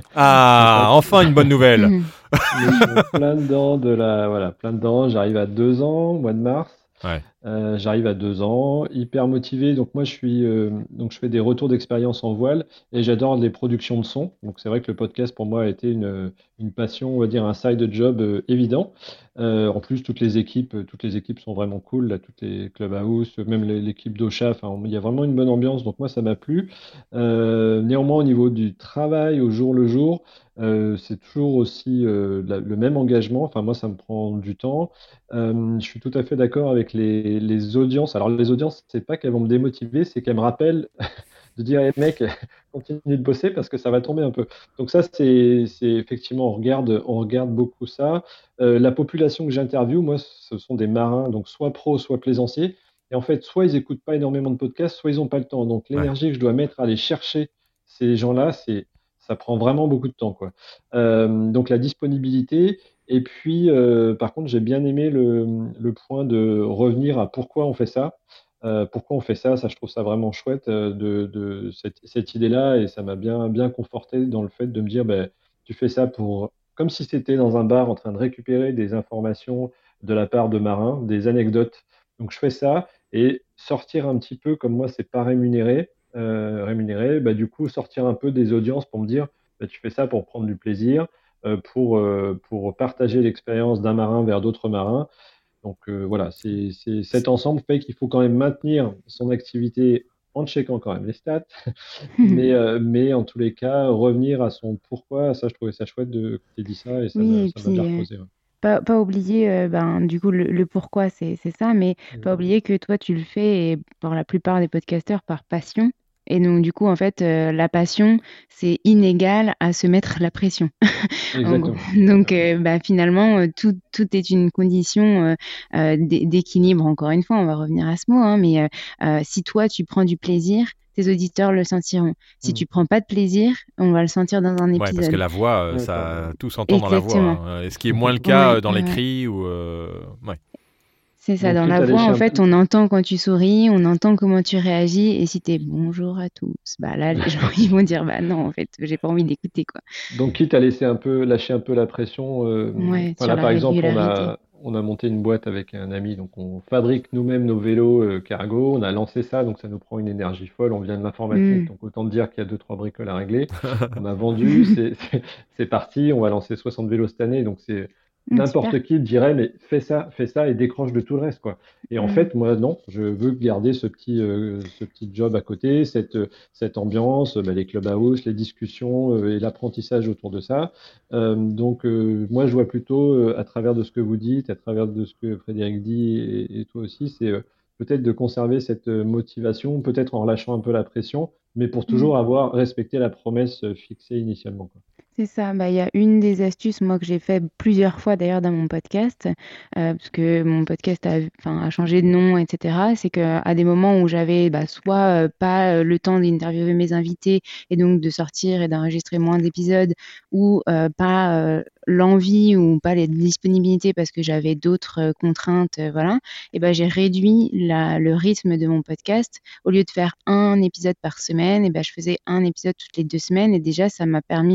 [SPEAKER 12] Ah, enfin une bonne nouvelle.
[SPEAKER 14] Je suis en plein dedans de la, voilà, plein dedans. J'arrive à deux ans, mois de mars.
[SPEAKER 12] Ouais.
[SPEAKER 14] Euh, j'arrive à deux ans, hyper motivé. Donc moi, je suis, euh, donc je fais des retours d'expérience en voile et j'adore les productions de son. Donc c'est vrai que le podcast pour moi a été une, une passion, on va dire un side job euh, évident. Euh, en plus, toutes les équipes, toutes les équipes sont vraiment cool. Là, toutes les Clubhouse, même les- l'équipe d'Ocha. Enfin, il y a vraiment une bonne ambiance. Donc moi, ça m'a plu. Euh, néanmoins, au niveau du travail, au jour le jour, euh, c'est toujours aussi euh, la- le même engagement. Enfin, moi, ça me prend du temps. Euh, je suis tout à fait d'accord avec les, les audiences. Alors, les audiences, c'est pas qu'elles vont me démotiver, c'est qu'elles me rappellent de dire, hey, mec, continue de bosser parce que ça va tomber un peu. Donc ça, c'est, c'est effectivement, on regarde, on regarde beaucoup ça. Euh, la population que j'interviewe, moi, ce sont des marins, donc soit pros, soit plaisanciers. Et en fait, soit ils écoutent pas énormément de podcasts, soit ils n'ont pas le temps. Donc l'énergie que je dois mettre à aller chercher ces gens-là, c'est, ça prend vraiment beaucoup de temps, quoi. Euh, donc la disponibilité. Et puis, euh, par contre, j'ai bien aimé le, le point de revenir à pourquoi on fait ça. Euh, pourquoi on fait ça? Ça, je trouve ça vraiment chouette euh, de, de cette, cette idée-là, et ça m'a bien, bien conforté dans le fait de me dire, ben, tu fais ça pour, comme si c'était dans un bar en train de récupérer des informations de la part de marins, des anecdotes. Donc, je fais ça et sortir un petit peu, comme moi, c'est pas rémunéré, euh, rémunéré, bah, du coup, sortir un peu des audiences pour me dire, bah, tu fais ça pour prendre du plaisir, euh, pour, euh, pour partager l'expérience d'un marin vers d'autres marins. Donc euh, voilà, c'est, c'est, cet ensemble fait qu'il faut quand même maintenir son activité en checkant quand même les stats, mais, euh, mais en tous les cas, revenir à son pourquoi. Ça, je trouvais ça chouette de, que tu aies dit ça et ça
[SPEAKER 6] Oui,
[SPEAKER 14] m'a,
[SPEAKER 6] et
[SPEAKER 14] ça m'a
[SPEAKER 6] puis
[SPEAKER 14] bien
[SPEAKER 6] euh,
[SPEAKER 14] reposé. Ouais.
[SPEAKER 6] pas, pas oublier, euh, ben, du coup, le, le pourquoi, c'est, c'est ça, mais pas oublier que toi, tu le fais, et pour la plupart des podcasteurs, par passion. Et donc, du coup, en fait, euh, la passion, c'est inégal à se mettre la pression. En gros.
[SPEAKER 14] Exactement.
[SPEAKER 6] Donc, euh, bah, finalement, euh, tout, tout est une condition euh, euh, d'é- d'équilibre. Encore une fois, on va revenir à ce mot, hein, mais euh, euh, si toi, tu prends du plaisir, tes auditeurs le sentiront. Si tu prends pas de plaisir, on va le sentir dans un
[SPEAKER 12] Ouais,
[SPEAKER 6] épisode.
[SPEAKER 12] parce que la voix, euh, ça, tout s'entend dans la voix.
[SPEAKER 6] Exactement.
[SPEAKER 12] Hein. Et ce qui est moins le cas
[SPEAKER 6] Ouais,
[SPEAKER 12] euh, dans
[SPEAKER 6] ouais.
[SPEAKER 12] l'écrit ou. euh, Ouais.
[SPEAKER 6] C'est ça,
[SPEAKER 14] Donc,
[SPEAKER 6] dans
[SPEAKER 14] quitte
[SPEAKER 6] la
[SPEAKER 14] à
[SPEAKER 6] voix,
[SPEAKER 14] lécher
[SPEAKER 6] en
[SPEAKER 14] un
[SPEAKER 6] fait,
[SPEAKER 14] peu.
[SPEAKER 6] on entend quand tu souris, on entend comment tu réagis, et si t'es bonjour à tous, bah là, les gens, ils vont dire, bah non, en fait, j'ai pas envie d'écouter, quoi.
[SPEAKER 14] Donc, quitte à laisser un peu, lâcher un peu la pression. euh,
[SPEAKER 6] Ouais, sur
[SPEAKER 14] voilà,
[SPEAKER 6] la
[SPEAKER 14] par exemple, on
[SPEAKER 6] régularité.
[SPEAKER 14] a, on a monté une boîte avec un ami, donc on fabrique nous-mêmes nos vélos euh, cargo. On a lancé ça, donc ça nous prend une énergie folle. On vient de l'informatique,
[SPEAKER 6] Mm.
[SPEAKER 14] donc autant dire qu'il y a deux, trois bricoles à régler. On a vendu, c'est, c'est, c'est parti. On va lancer soixante vélos cette année, donc c'est
[SPEAKER 6] Mm,
[SPEAKER 14] n'importe
[SPEAKER 6] super.
[SPEAKER 14] qui dirait, mais fais ça, fais ça et décroche de tout le reste, quoi. Et en
[SPEAKER 6] Mm.
[SPEAKER 14] fait, moi, non, je veux garder ce petit, euh, ce petit job à côté, cette, cette ambiance, bah, les clubhouse, les discussions euh, et l'apprentissage autour de ça. Euh, donc, euh, moi, je vois plutôt, euh, à travers de ce que vous dites, à travers de ce que Frédéric dit et, et toi aussi, c'est euh, peut-être de conserver cette euh, motivation, peut-être en relâchant un peu la pression, mais pour
[SPEAKER 6] Mm.
[SPEAKER 14] toujours avoir respecté la promesse euh, fixée initialement, quoi.
[SPEAKER 6] C'est ça, bah, il y a une des astuces, moi, que j'ai fait plusieurs fois d'ailleurs dans mon podcast, euh, parce que mon podcast a, enfin, a changé de nom, et cetera. C'est qu'à des moments où j'avais bah, soit euh, pas euh, le temps d'interviewer mes invités et donc de sortir et d'enregistrer moins d'épisodes, ou euh, pas euh, l'envie ou pas les disponibilités parce que j'avais d'autres euh, contraintes, euh, voilà, et ben j'ai réduit la, le rythme de mon podcast. Au lieu de faire un épisode par semaine, et ben je faisais un épisode toutes les deux semaines, et déjà ça m'a permis de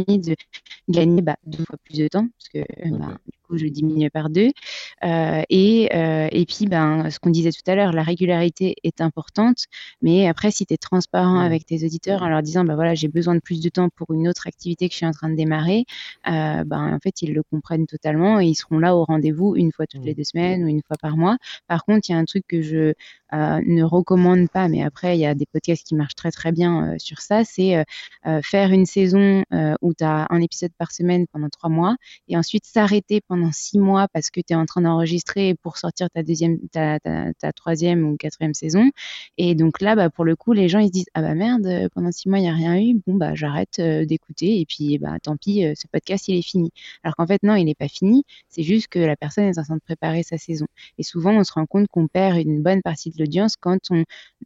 [SPEAKER 6] gagner bah, deux fois plus de temps, parce que
[SPEAKER 14] Ok.
[SPEAKER 6] bah, du coup, je diminue par deux. Euh, et, euh, et puis, ben, ce qu'on disait tout à l'heure, la régularité est importante, mais après, si tu es transparent
[SPEAKER 14] Mm.
[SPEAKER 6] avec tes auditeurs en leur disant, bah, voilà, j'ai besoin de plus de temps pour une autre activité que je suis en train de démarrer, euh, ben, en fait, ils le comprennent totalement et ils seront là au rendez-vous une fois toutes les deux semaines ou une fois par mois. Par contre, il y a un truc que je euh, ne recommande pas, mais après, il y a des podcasts qui marchent très très bien euh, sur ça, c'est euh, euh, faire une saison euh, où tu as un épisode par semaine pendant trois mois et ensuite s'arrêter pendant six mois parce que tu es en train d'enregistrer pour sortir ta deuxième, ta, ta, ta troisième ou quatrième saison. Et donc là, bah, pour le coup, les gens ils se disent ah bah merde, euh, pendant six mois il n'y a rien eu, bon bah j'arrête euh, d'écouter et puis bah tant pis, euh, ce podcast il est fini. Alors qu'en fait non, il n'est pas fini, c'est juste que la personne est en train de préparer sa saison. Et souvent on se rend compte qu'on perd une bonne partie de l'audience quand on,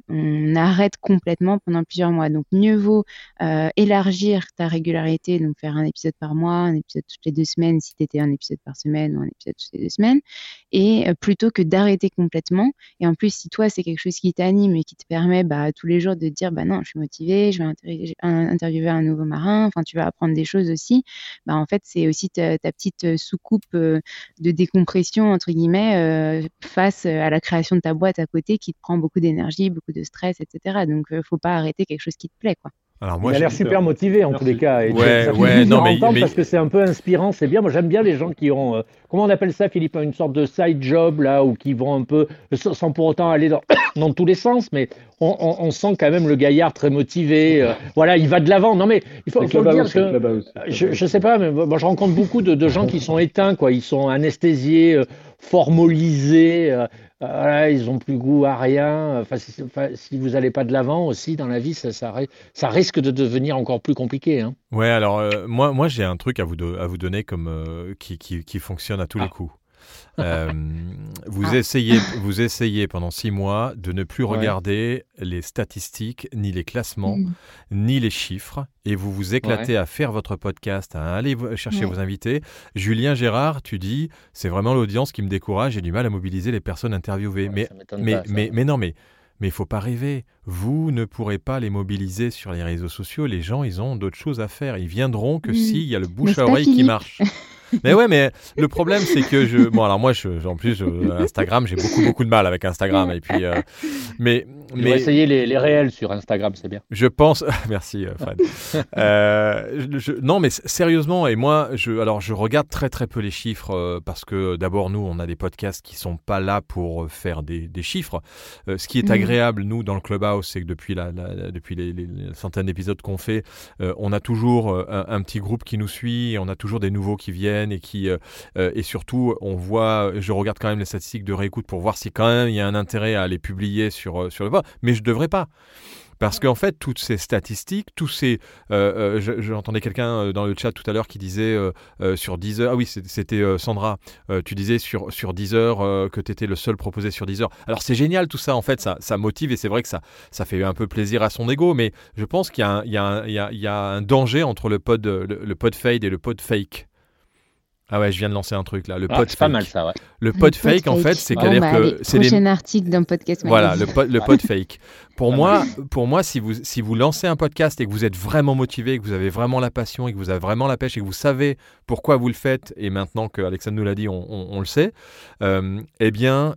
[SPEAKER 6] on arrête complètement pendant plusieurs mois. Donc mieux vaut euh, élargir ta régularité, donc faire un épisode par mois, un épisode toutes les deux semaines si tu étais un épisode par semaine ou un épisode toutes les deux semaines, et euh, plutôt que d'arrêter complètement. Et en plus, si toi, c'est quelque chose qui t'anime et qui te permet bah, tous les jours de te dire bah non, je suis motivée, je vais inter- interviewer un nouveau marin, enfin tu vas apprendre des choses aussi, bah, en fait, c'est aussi ta, ta petite soucoupe euh, de décompression, entre guillemets, euh, face à la création de ta boîte à côté qui te prend beaucoup d'énergie, beaucoup de stress, et cetera. Donc, il ne faut pas arrêter quelque chose qui te plaît, quoi.
[SPEAKER 12] Alors moi,
[SPEAKER 11] il a l'air super motivé en
[SPEAKER 14] Merci.
[SPEAKER 11] tous les cas. Et
[SPEAKER 12] Ouais,
[SPEAKER 11] ça fait
[SPEAKER 12] ouais,
[SPEAKER 11] plaisir
[SPEAKER 12] non,
[SPEAKER 11] à
[SPEAKER 12] mais-
[SPEAKER 11] entendre
[SPEAKER 12] mais-
[SPEAKER 11] parce que c'est un peu inspirant, c'est bien. Moi, j'aime bien les gens qui ont, euh, comment on appelle ça, Philippe, une sorte de side job là, ou qui vont un peu, sans sans pour autant aller dans, dans tous les sens, mais on, on- on sent quand même le gaillard très motivé. euh, voilà, il va de l'avant. Non, mais il faut,
[SPEAKER 14] C'est
[SPEAKER 11] faut le dire
[SPEAKER 14] Clubhouse, c'est
[SPEAKER 11] que
[SPEAKER 14] Clubhouse.
[SPEAKER 11] je, je sais pas, mais moi je rencontre beaucoup de, de gens qui sont éteints, quoi. Ils sont anesthésiés, euh, formalisés. euh, euh, voilà, ils ont plus goût à rien. Enfin, si, enfin, si vous n'allez pas de l'avant aussi dans la vie, ça, ça, ri- ça risque de devenir encore plus compliqué, hein.
[SPEAKER 12] Ouais, alors euh, moi, moi j'ai un truc à vous, do- à vous donner comme euh, qui, qui, qui fonctionne à tous les coups. Euh, vous
[SPEAKER 6] Ah.
[SPEAKER 12] essayez, vous essayez pendant six mois de ne plus
[SPEAKER 14] Ouais.
[SPEAKER 12] regarder les statistiques, ni les classements,
[SPEAKER 6] Mm.
[SPEAKER 12] ni les chiffres, et vous vous éclatez à faire votre podcast, à aller vo- chercher
[SPEAKER 6] Ouais.
[SPEAKER 12] vos invités. Julien Gérard, tu dis, c'est vraiment l'audience qui me décourage, j'ai du mal à mobiliser les personnes interviewées.
[SPEAKER 11] Ouais,
[SPEAKER 12] mais,
[SPEAKER 11] ça m'étonne
[SPEAKER 12] mais,
[SPEAKER 11] pas, ça.
[SPEAKER 12] mais, mais non, mais mais il faut pas rêver. Vous ne pourrez pas les mobiliser sur les réseaux sociaux. Les gens, ils ont d'autres choses à faire. Ils viendront que
[SPEAKER 6] Mm.
[SPEAKER 12] s'il y a le bouche
[SPEAKER 6] N'est-ce
[SPEAKER 12] à
[SPEAKER 6] pas,
[SPEAKER 12] oreille qui
[SPEAKER 6] Philippe
[SPEAKER 12] marche. Mais ouais, mais le problème, c'est que je. Bon, alors moi, je, en plus, je- Instagram, j'ai beaucoup, beaucoup de mal avec Instagram. Et puis, euh, mais,
[SPEAKER 11] Je vais
[SPEAKER 12] mais
[SPEAKER 11] essayer les, les réels sur Instagram, c'est bien.
[SPEAKER 12] je pense. Merci, euh, Fred. Euh, je- je- non, mais s- sérieusement, et moi, je, alors, je regarde très, très peu les chiffres euh, parce que d'abord, nous, on a des podcasts qui sont pas là pour euh, faire des, des chiffres. Euh, ce qui est
[SPEAKER 6] Mhm.
[SPEAKER 12] agréable, nous, dans le Clubhouse, c'est que depuis, la, la- la- depuis les, les- les centaines d'épisodes qu'on fait, euh, on a toujours euh, un, un petit groupe qui nous suit, et on a toujours des nouveaux qui viennent et qui, euh, euh, et surtout, on voit, je regarde quand même les statistiques de réécoute pour voir si quand même il y a un intérêt à les publier sur, euh, sur le vote, mais je devrais pas. Parce qu'en fait, toutes ces statistiques, tous ces... euh, euh, je- J'entendais quelqu'un euh, dans le chat tout à l'heure qui disait euh, euh, sur Deezer... Ah oui, c'est- c'était euh, Sandra. Euh, tu disais sur, sur Deezer euh, que tu étais le seul proposé sur Deezer. Alors c'est génial tout ça, en fait, ça, ça motive et c'est vrai que ça, ça fait un peu plaisir à son ego, mais je pense qu'il y a un, il y a un- il y a- il y a un danger entre le pod, le, le pod fade et le pod fake. Ah ouais, je viens de lancer un truc là, le
[SPEAKER 11] Ah,
[SPEAKER 12] pod
[SPEAKER 11] c'est
[SPEAKER 12] fake.
[SPEAKER 11] pas mal ça, ouais.
[SPEAKER 12] Le pod fake, en fait, c'est
[SPEAKER 6] Bon,
[SPEAKER 12] qu'à dire
[SPEAKER 6] bah,
[SPEAKER 12] que
[SPEAKER 6] allez,
[SPEAKER 12] c'est les...
[SPEAKER 6] prochain article d'un podcast.
[SPEAKER 12] Voilà,
[SPEAKER 6] magazine.
[SPEAKER 12] le pod, le pod fake. Pour moi, pour moi si, vous, si vous lancez un podcast et que vous êtes vraiment motivé, que vous avez vraiment la passion et que vous avez vraiment la pêche et que vous savez pourquoi vous le faites, et maintenant que Alexandre nous l'a dit, on, on- on le sait, euh, eh bien,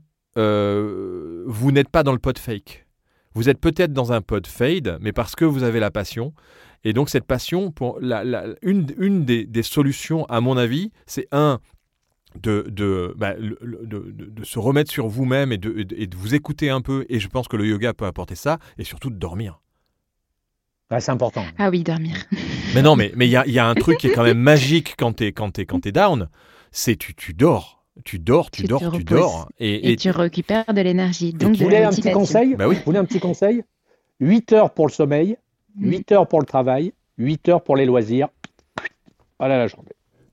[SPEAKER 12] euh, vous n'êtes pas dans le pod fake. Vous êtes peut-être dans un pod fade, mais parce que vous avez la passion. Et donc, cette passion, pour la, la- une, une des, des solutions, à mon avis, c'est un, de, de, bah, le- le- de, de- de se remettre sur vous-même et de, et de- et de vous écouter un peu. Et je pense que le yoga peut apporter ça. Et surtout de dormir.
[SPEAKER 11] Ouais, c'est important.
[SPEAKER 6] Ah oui, dormir.
[SPEAKER 12] Mais non, mais il y a, il y a un truc qui est quand même magique quand tu es quand t'es, quand t'es down. C'est tu, tu dors. Tu dors, tu,
[SPEAKER 6] Tu te
[SPEAKER 12] dors, tu
[SPEAKER 6] reposes.
[SPEAKER 12] dors.
[SPEAKER 6] Et, tu récupères de l'énergie. Donc
[SPEAKER 11] Vous
[SPEAKER 6] de
[SPEAKER 11] voulez
[SPEAKER 6] la
[SPEAKER 11] un petit
[SPEAKER 6] motivation.
[SPEAKER 11] conseil
[SPEAKER 12] Bah oui.
[SPEAKER 11] Vous voulez un petit conseil huit heures pour le sommeil,
[SPEAKER 6] Mm.
[SPEAKER 11] huit heures pour le travail, huit heures pour les loisirs. Voilà la journée.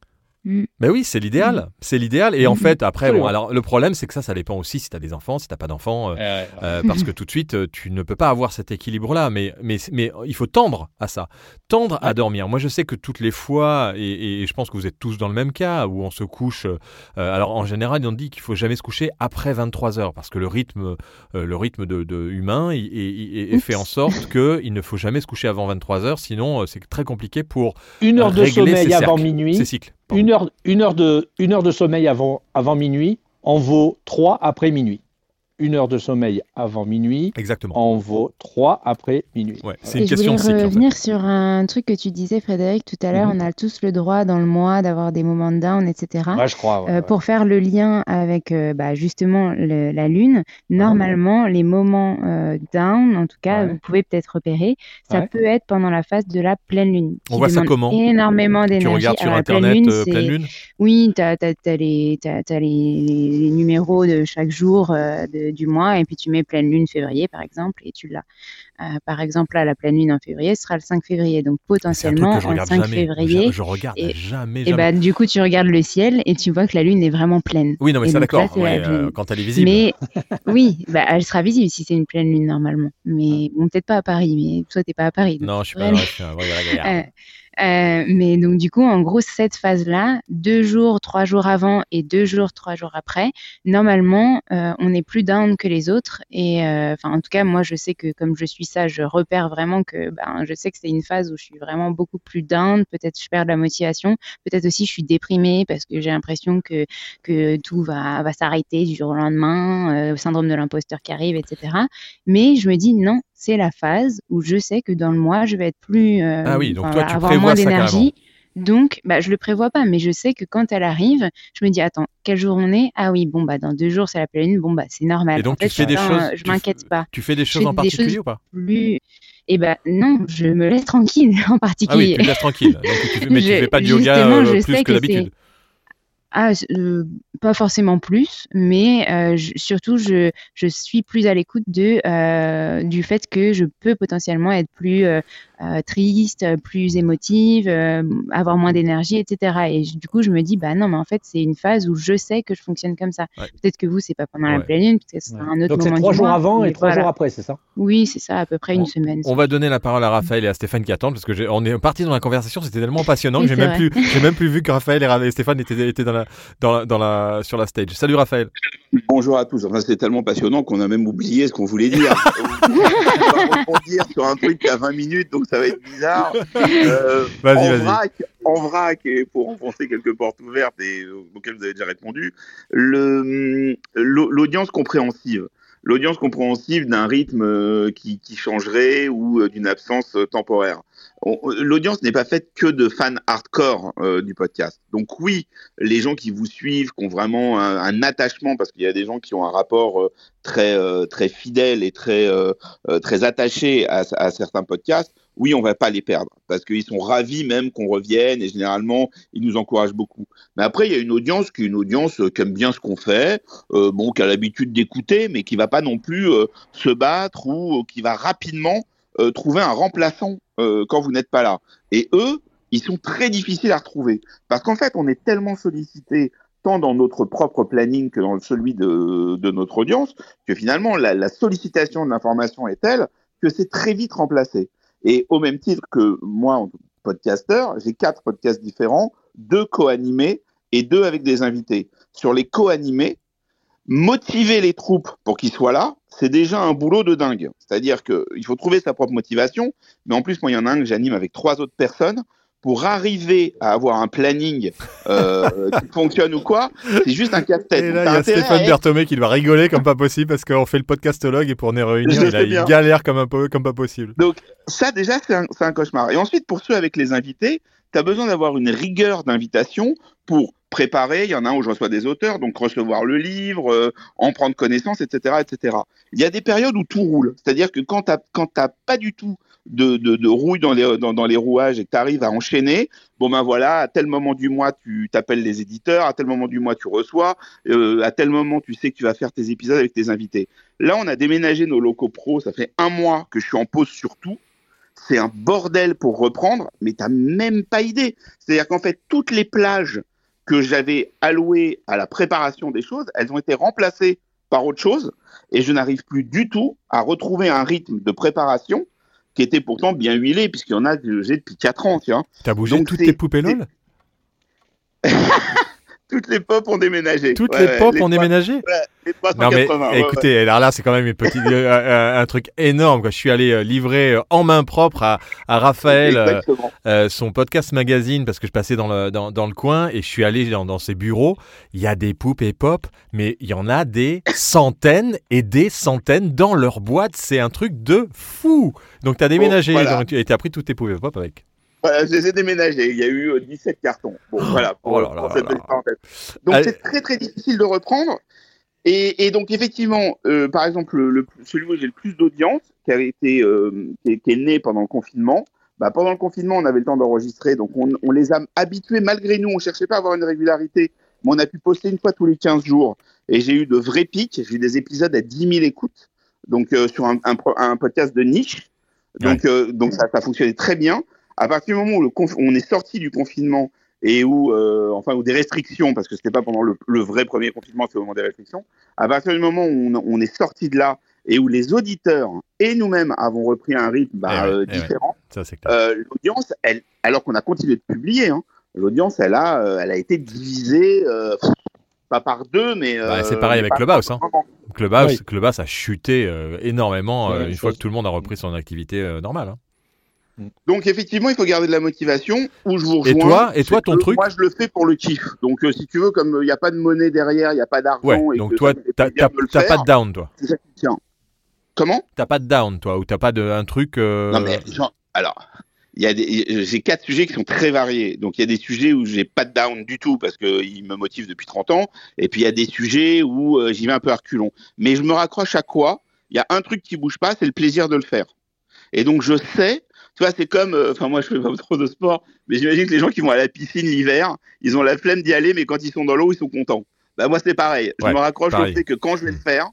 [SPEAKER 6] Mm.
[SPEAKER 12] Ben oui, c'est l'idéal.
[SPEAKER 6] Mm.
[SPEAKER 12] C'est l'idéal. Et
[SPEAKER 6] Mm.
[SPEAKER 12] en fait, après, bon,
[SPEAKER 11] Absolument.
[SPEAKER 12] alors le problème, c'est que ça, ça dépend aussi si tu as des enfants, si tu n'as pas d'enfants, euh,
[SPEAKER 11] Euh, ouais.
[SPEAKER 12] euh, parce que tout de suite, euh, tu ne peux pas avoir cet équilibre-là. Mais, mais, mais il faut tendre à ça, tendre à
[SPEAKER 11] Ouais.
[SPEAKER 12] dormir. Moi, je sais que toutes les fois, et, et je pense que vous êtes tous dans le même cas, où on se couche. euh, alors, en général, on dit qu'il faut jamais se coucher après vingt-trois heures, parce que le rythme, euh, le rythme de, de humain, il, il- il- il fait en sorte qu'il ne faut jamais se coucher avant vingt-trois heures, sinon euh, c'est très compliqué pour
[SPEAKER 11] Une heure de
[SPEAKER 12] régler
[SPEAKER 11] sommeil
[SPEAKER 12] ses
[SPEAKER 11] avant
[SPEAKER 12] cercles,
[SPEAKER 11] minuit.
[SPEAKER 12] ses cycles. Pardon.
[SPEAKER 11] Une heure, une heure de, une heure de sommeil avant, avant minuit en vaut trois après minuit. Une heure de sommeil avant minuit
[SPEAKER 12] Exactement.
[SPEAKER 11] en vaut trois après minuit.
[SPEAKER 12] Ouais, c'est
[SPEAKER 6] Et
[SPEAKER 12] une
[SPEAKER 6] je voulais
[SPEAKER 12] question de cycle. En fait.
[SPEAKER 6] revenir sur un truc que tu disais, Frédéric, tout à l'heure.
[SPEAKER 11] Mhm.
[SPEAKER 6] On a tous le droit dans le mois d'avoir des moments de down, et cetera.
[SPEAKER 11] Ouais, je crois. ouais,
[SPEAKER 6] Euh,
[SPEAKER 11] ouais.
[SPEAKER 6] pour faire le lien avec euh, bah, justement le- la Lune, normalement, les moments euh, down, en tout cas,
[SPEAKER 11] Ouais.
[SPEAKER 6] vous pouvez peut-être repérer, ça
[SPEAKER 11] Ouais.
[SPEAKER 6] peut être pendant la phase de la pleine Lune.
[SPEAKER 12] On
[SPEAKER 6] qui
[SPEAKER 12] voit ça
[SPEAKER 6] demande
[SPEAKER 12] comment?
[SPEAKER 6] énormément
[SPEAKER 12] Tu
[SPEAKER 6] d'énergie.
[SPEAKER 12] regardes sur
[SPEAKER 6] Alors, la pleine
[SPEAKER 12] Internet
[SPEAKER 6] Lune,
[SPEAKER 12] euh,
[SPEAKER 6] c'est...
[SPEAKER 12] pleine lune?
[SPEAKER 6] Oui, tu as, les, t'as- t'as les, les- les numéros de chaque jour euh, de- du mois, et puis tu mets pleine lune février, par exemple, et tu l'as. Euh, par exemple, là, la pleine lune en février ce sera le cinq février. Donc,
[SPEAKER 12] C'est un truc
[SPEAKER 6] potentiellement,
[SPEAKER 12] que je
[SPEAKER 6] en
[SPEAKER 12] regarde
[SPEAKER 6] cinq
[SPEAKER 12] jamais.
[SPEAKER 6] février,
[SPEAKER 12] Je, je regarde
[SPEAKER 6] et,
[SPEAKER 12] jamais,
[SPEAKER 6] et
[SPEAKER 12] jamais.
[SPEAKER 6] bah, du coup, tu regardes le ciel et tu vois que la lune est vraiment pleine.
[SPEAKER 12] Oui, non, mais
[SPEAKER 6] Et
[SPEAKER 12] ça,
[SPEAKER 6] donc là,
[SPEAKER 12] d'accord.
[SPEAKER 6] c'est la
[SPEAKER 12] Ouais,
[SPEAKER 6] pleine
[SPEAKER 12] euh,
[SPEAKER 6] lune.
[SPEAKER 12] quand elle est visible.
[SPEAKER 6] Mais oui, bah, elle sera visible si c'est une pleine lune normalement. Mais bon, peut-être pas à Paris, mais toi, t'es pas à Paris. Donc
[SPEAKER 12] Non,
[SPEAKER 6] tu
[SPEAKER 12] je suis
[SPEAKER 6] pourrais
[SPEAKER 12] pas.
[SPEAKER 6] aller-
[SPEAKER 12] Ouais, je suis un vrai regarde.
[SPEAKER 6] Euh, euh, mais donc du coup, en gros, cette phase-là, deux jours, trois jours avant et deux jours, trois jours après, normalement, euh, on est plus down que les autres. Et euh, enfin, en tout cas, moi, je sais que comme je suis ça, je repère vraiment que, ben, je sais que c'est une phase où je suis vraiment beaucoup plus down. Peut-être je perds de la motivation. Peut-être aussi je suis déprimée parce que j'ai l'impression que que tout va va s'arrêter du jour au lendemain, euh, syndrome de l'imposteur qui arrive, et cetera. Mais je me dis non, c'est la phase où je sais que dans le mois, je vais être plus, euh,
[SPEAKER 12] Ah oui, donc
[SPEAKER 6] enfin,
[SPEAKER 12] toi,
[SPEAKER 6] voilà,
[SPEAKER 12] tu
[SPEAKER 6] avoir
[SPEAKER 12] prévois
[SPEAKER 6] moins
[SPEAKER 12] ça carrément.
[SPEAKER 6] d'énergie. Donc, bah, je le prévois pas, mais je sais que quand elle arrive, je me dis, attends, quel jour on est? Ah oui, bon, bah, dans deux jours, c'est la pleine lune. Bon, bah, c'est normal.
[SPEAKER 12] Et donc,
[SPEAKER 6] En fait,
[SPEAKER 12] tu fais
[SPEAKER 6] je
[SPEAKER 12] des
[SPEAKER 6] suis
[SPEAKER 12] choses.
[SPEAKER 6] pas- je
[SPEAKER 12] tu f-
[SPEAKER 6] m'inquiète pas.
[SPEAKER 12] Tu fais des
[SPEAKER 6] Je
[SPEAKER 12] choses
[SPEAKER 6] fais
[SPEAKER 12] en
[SPEAKER 6] des
[SPEAKER 12] particulier
[SPEAKER 6] choses
[SPEAKER 12] ou pas?
[SPEAKER 6] plus. Eh ben, non, je me laisse tranquille en
[SPEAKER 12] Ah oui,
[SPEAKER 6] particulier.
[SPEAKER 12] tu te laisses tranquille. Donc, tu fais- mais tu
[SPEAKER 6] Je-
[SPEAKER 12] fais pas de yoga
[SPEAKER 6] justement,
[SPEAKER 12] euh,
[SPEAKER 6] je
[SPEAKER 12] plus
[SPEAKER 6] sais
[SPEAKER 12] que
[SPEAKER 6] que
[SPEAKER 12] d'habitude.
[SPEAKER 6] c'est. Ah, euh, pas forcément plus, mais euh, je- surtout, je, je suis plus à l'écoute de, euh, du fait que je peux potentiellement être plus euh, euh, triste, plus émotive, euh, avoir moins d'énergie, et cetera. Et je- du coup, je me dis, bah non, mais en fait, c'est une phase où je sais que je fonctionne comme ça.
[SPEAKER 12] Ouais.
[SPEAKER 6] Peut-être que vous, c'est pas pendant la
[SPEAKER 12] Ouais.
[SPEAKER 6] pleine lune, peut-être que ce sera
[SPEAKER 11] Ouais.
[SPEAKER 6] un autre
[SPEAKER 11] Donc c'est
[SPEAKER 6] moment
[SPEAKER 11] trois
[SPEAKER 6] du
[SPEAKER 11] jours
[SPEAKER 6] mois,
[SPEAKER 11] avant
[SPEAKER 6] mais
[SPEAKER 11] et trois
[SPEAKER 6] voilà.
[SPEAKER 11] jours après, c'est ça?
[SPEAKER 6] Oui, c'est ça, à peu près
[SPEAKER 12] On,
[SPEAKER 6] une semaine.
[SPEAKER 12] on va donner la parole à Raphaël et à Stéphane qui attendent parce que j'ai- on est parti dans la conversation, c'était tellement passionnant
[SPEAKER 6] Oui,
[SPEAKER 12] que j'ai
[SPEAKER 6] c'est
[SPEAKER 12] même
[SPEAKER 6] vrai.
[SPEAKER 12] plus, j'ai même plus vu que Raphaël et, Ra- et Stéphane étaient, étaient dans la, dans la, dans la, sur la stage. Salut Raphaël.
[SPEAKER 10] Bonjour à tous. Enfin, c'est tellement passionnant qu'on a même oublié ce qu'on voulait dire. On va rebondir sur un truc qui a vingt minutes, donc ça va être bizarre. Euh,
[SPEAKER 12] Vas-y,
[SPEAKER 10] en
[SPEAKER 12] vas-y.
[SPEAKER 10] vrac, en vrac, et pour enfoncer quelques portes ouvertes et euh, auxquelles vous avez déjà répondu, le, l'au- l'audience compréhensive. L'audience compréhensive d'un rythme euh, qui, qui changerait ou euh, d'une absence euh, temporaire. On- L'audience n'est pas faite que de fans hardcore euh, du podcast. Donc oui, les gens qui vous suivent, qui ont vraiment un, un attachement, parce qu'il y a des gens qui ont un rapport euh, très euh, très fidèle et très euh, euh, très attaché à, à certains podcasts, oui, on va pas les perdre parce qu'ils sont ravis même qu'on revienne et généralement ils nous encouragent beaucoup. Mais après, il y a une audience qui est une audience euh, qui aime bien ce qu'on fait, euh, bon, qui a l'habitude d'écouter, mais qui va pas non plus euh, se battre ou euh, qui va rapidement euh, trouver un remplaçant euh, quand vous n'êtes pas là. Et eux, ils sont très difficiles à retrouver parce qu'en fait, on est tellement sollicité tant dans notre propre planning que dans celui de, de notre audience, que finalement, la, la sollicitation de l'information est telle que c'est très vite remplacé. Et au même titre que moi, en tant que podcasteur, j'ai quatre podcasts différents, deux co-animés et deux avec des invités. Sur les co-animés, motiver les troupes pour qu'ils soient là, c'est déjà un boulot de dingue. C'est-à-dire qu'il faut trouver sa propre motivation, mais en plus, moi, il y en a un que j'anime avec trois autres personnes. Pour arriver à avoir un planning euh, qui fonctionne ou quoi, c'est juste un casse-tête.
[SPEAKER 12] Et
[SPEAKER 10] Donc,
[SPEAKER 12] là, il
[SPEAKER 10] t'as
[SPEAKER 12] y a
[SPEAKER 10] intérêt à
[SPEAKER 12] Stéphane
[SPEAKER 10] être-
[SPEAKER 12] Berthomé qui doit rigoler comme pas possible parce qu'on fait le podcastologue et pour nous réunir,
[SPEAKER 10] Je
[SPEAKER 12] il, a-
[SPEAKER 10] sais
[SPEAKER 12] il
[SPEAKER 10] bien.
[SPEAKER 12] galère comme, un peu, comme pas possible.
[SPEAKER 10] Donc ça déjà c'est un, c'est un cauchemar. Et ensuite pour ceux avec les invités, tu as besoin d'avoir une rigueur d'invitation pour préparer. Il y en a un où je reçois des auteurs, donc recevoir le livre, euh, en prendre connaissance, et cetera, et cetera. Il y a des périodes où tout roule. C'est-à-dire que quand t'as quand t'as pas du tout de, de, de rouille dans les, dans, dans les rouages et que tu arrives à enchaîner, bon ben voilà, à tel moment du mois tu t'appelles les éditeurs, à tel moment du mois tu reçois, euh, à tel moment tu sais que tu vas faire tes épisodes avec tes invités. Là, on a déménagé nos locaux pro, ça fait un mois que je suis en pause sur tout. C'est un bordel pour reprendre, mais t'as même pas idée. C'est-à-dire qu'en fait, toutes les plages que j'avais allouées à la préparation des choses, elles ont été remplacées par autre chose, et je n'arrive plus du tout à retrouver un rythme de préparation qui était pourtant bien huilé, puisqu'il y en a que j'ai depuis quatre ans. Tu vois.
[SPEAKER 12] T'as bougé Donc, toutes tes poupées LOL
[SPEAKER 10] Toutes les pop ont déménagé.
[SPEAKER 12] Toutes
[SPEAKER 10] ouais,
[SPEAKER 12] les pop
[SPEAKER 10] les
[SPEAKER 12] ont
[SPEAKER 10] trois,
[SPEAKER 12] déménagé
[SPEAKER 10] ouais, les trois cent quatre-vingts.
[SPEAKER 12] Non mais
[SPEAKER 10] ouais,
[SPEAKER 12] écoutez,
[SPEAKER 10] ouais.
[SPEAKER 12] alors là c'est quand même une petite, euh, un truc énorme. Quoi. Je suis allé euh, livrer euh, en main propre à, à Raphaël euh, euh, son podcast magazine parce que je passais dans le, dans, dans le coin et je suis allé dans, dans ses bureaux. Il y a des poupées pop, mais il y en a des centaines et des centaines dans leur boîte. C'est un truc de fou. Donc tu as déménagé
[SPEAKER 10] bon, voilà.
[SPEAKER 12] donc, et tu as pris toutes tes poupées pop avec.
[SPEAKER 10] Voilà, je les ai déménagés. Il y a eu euh, dix-sept cartons. Bon, oh, voilà, pour,
[SPEAKER 12] oh là
[SPEAKER 10] pour
[SPEAKER 12] là
[SPEAKER 10] cette
[SPEAKER 12] là
[SPEAKER 10] parenthèse. Donc, Allez. c'est très, très difficile de reprendre. Et, et donc, effectivement, euh, par exemple, le, le, celui où j'ai le plus d'audience, qui a été, euh, qui, est, qui est né pendant le confinement, bah, pendant le confinement, on avait le temps d'enregistrer. Donc, on, on les a habitués, malgré nous. On ne cherchait pas à avoir une régularité. Mais on a pu poster une fois tous les quinze jours. Et j'ai eu de vrais pics. J'ai eu des épisodes à dix mille écoutes. Donc, euh, sur un, un, un podcast de niche. Donc, ouais. euh, donc ça, ça fonctionnait très bien. À partir du moment où le conf- on est sorti du confinement et où, euh, enfin, ou des restrictions, parce que c'était pas pendant le, le vrai premier confinement, c'est au moment des restrictions. À partir du moment où on, on est sorti de là et où les auditeurs et nous-mêmes avons repris un rythme bah,
[SPEAKER 12] eh ouais,
[SPEAKER 10] euh,
[SPEAKER 12] eh
[SPEAKER 10] différent,
[SPEAKER 12] ouais. Ça, c'est clair.
[SPEAKER 10] Euh, l'audience, elle, alors qu'on a continué de publier, hein, l'audience, elle a, euh, elle a été divisée, euh, pas par deux, mais euh,
[SPEAKER 12] bah, c'est pareil avec Clubhouse. Hein. Clubhouse, oui. Clubhouse a chuté euh, énormément euh, ouais, une fois que tout le monde a repris son activité euh, normale. Hein.
[SPEAKER 10] Donc effectivement, il faut garder de la motivation. Où je vous rejoins.
[SPEAKER 12] Et toi, et toi, ton truc.
[SPEAKER 10] Moi, je le fais pour le kiff. Donc, euh, si tu veux, comme il euh, n'y a pas de monnaie derrière, il n'y a pas d'argent.
[SPEAKER 12] Ouais.
[SPEAKER 10] Et
[SPEAKER 12] donc
[SPEAKER 10] que
[SPEAKER 12] toi, t'as, t'as, t'as
[SPEAKER 10] faire,
[SPEAKER 12] pas de down, toi.
[SPEAKER 10] C'est ça qui tient. Comment ?
[SPEAKER 12] T'as pas de down, toi, ou t'as pas de un truc. Euh...
[SPEAKER 10] Non mais genre, alors, il y a des, j'ai quatre sujets qui sont très variés. Donc il y a des sujets où j'ai pas de down du tout parce que ils me motivent depuis trente ans. Et puis il y a des sujets où euh, j'y vais un peu à reculons. Mais je me raccroche à quoi ? Il y a un truc qui bouge pas, c'est le plaisir de le faire. Et donc je sais. Tu vois, c'est comme, enfin euh, moi je fais pas trop de sport, mais j'imagine que les gens qui vont à la piscine l'hiver, ils ont la flemme d'y aller, mais quand ils sont dans l'eau, ils sont contents. Bah moi c'est pareil. Je
[SPEAKER 12] ouais,
[SPEAKER 10] me raccroche
[SPEAKER 12] pareil.
[SPEAKER 10] au fait que quand je vais le faire,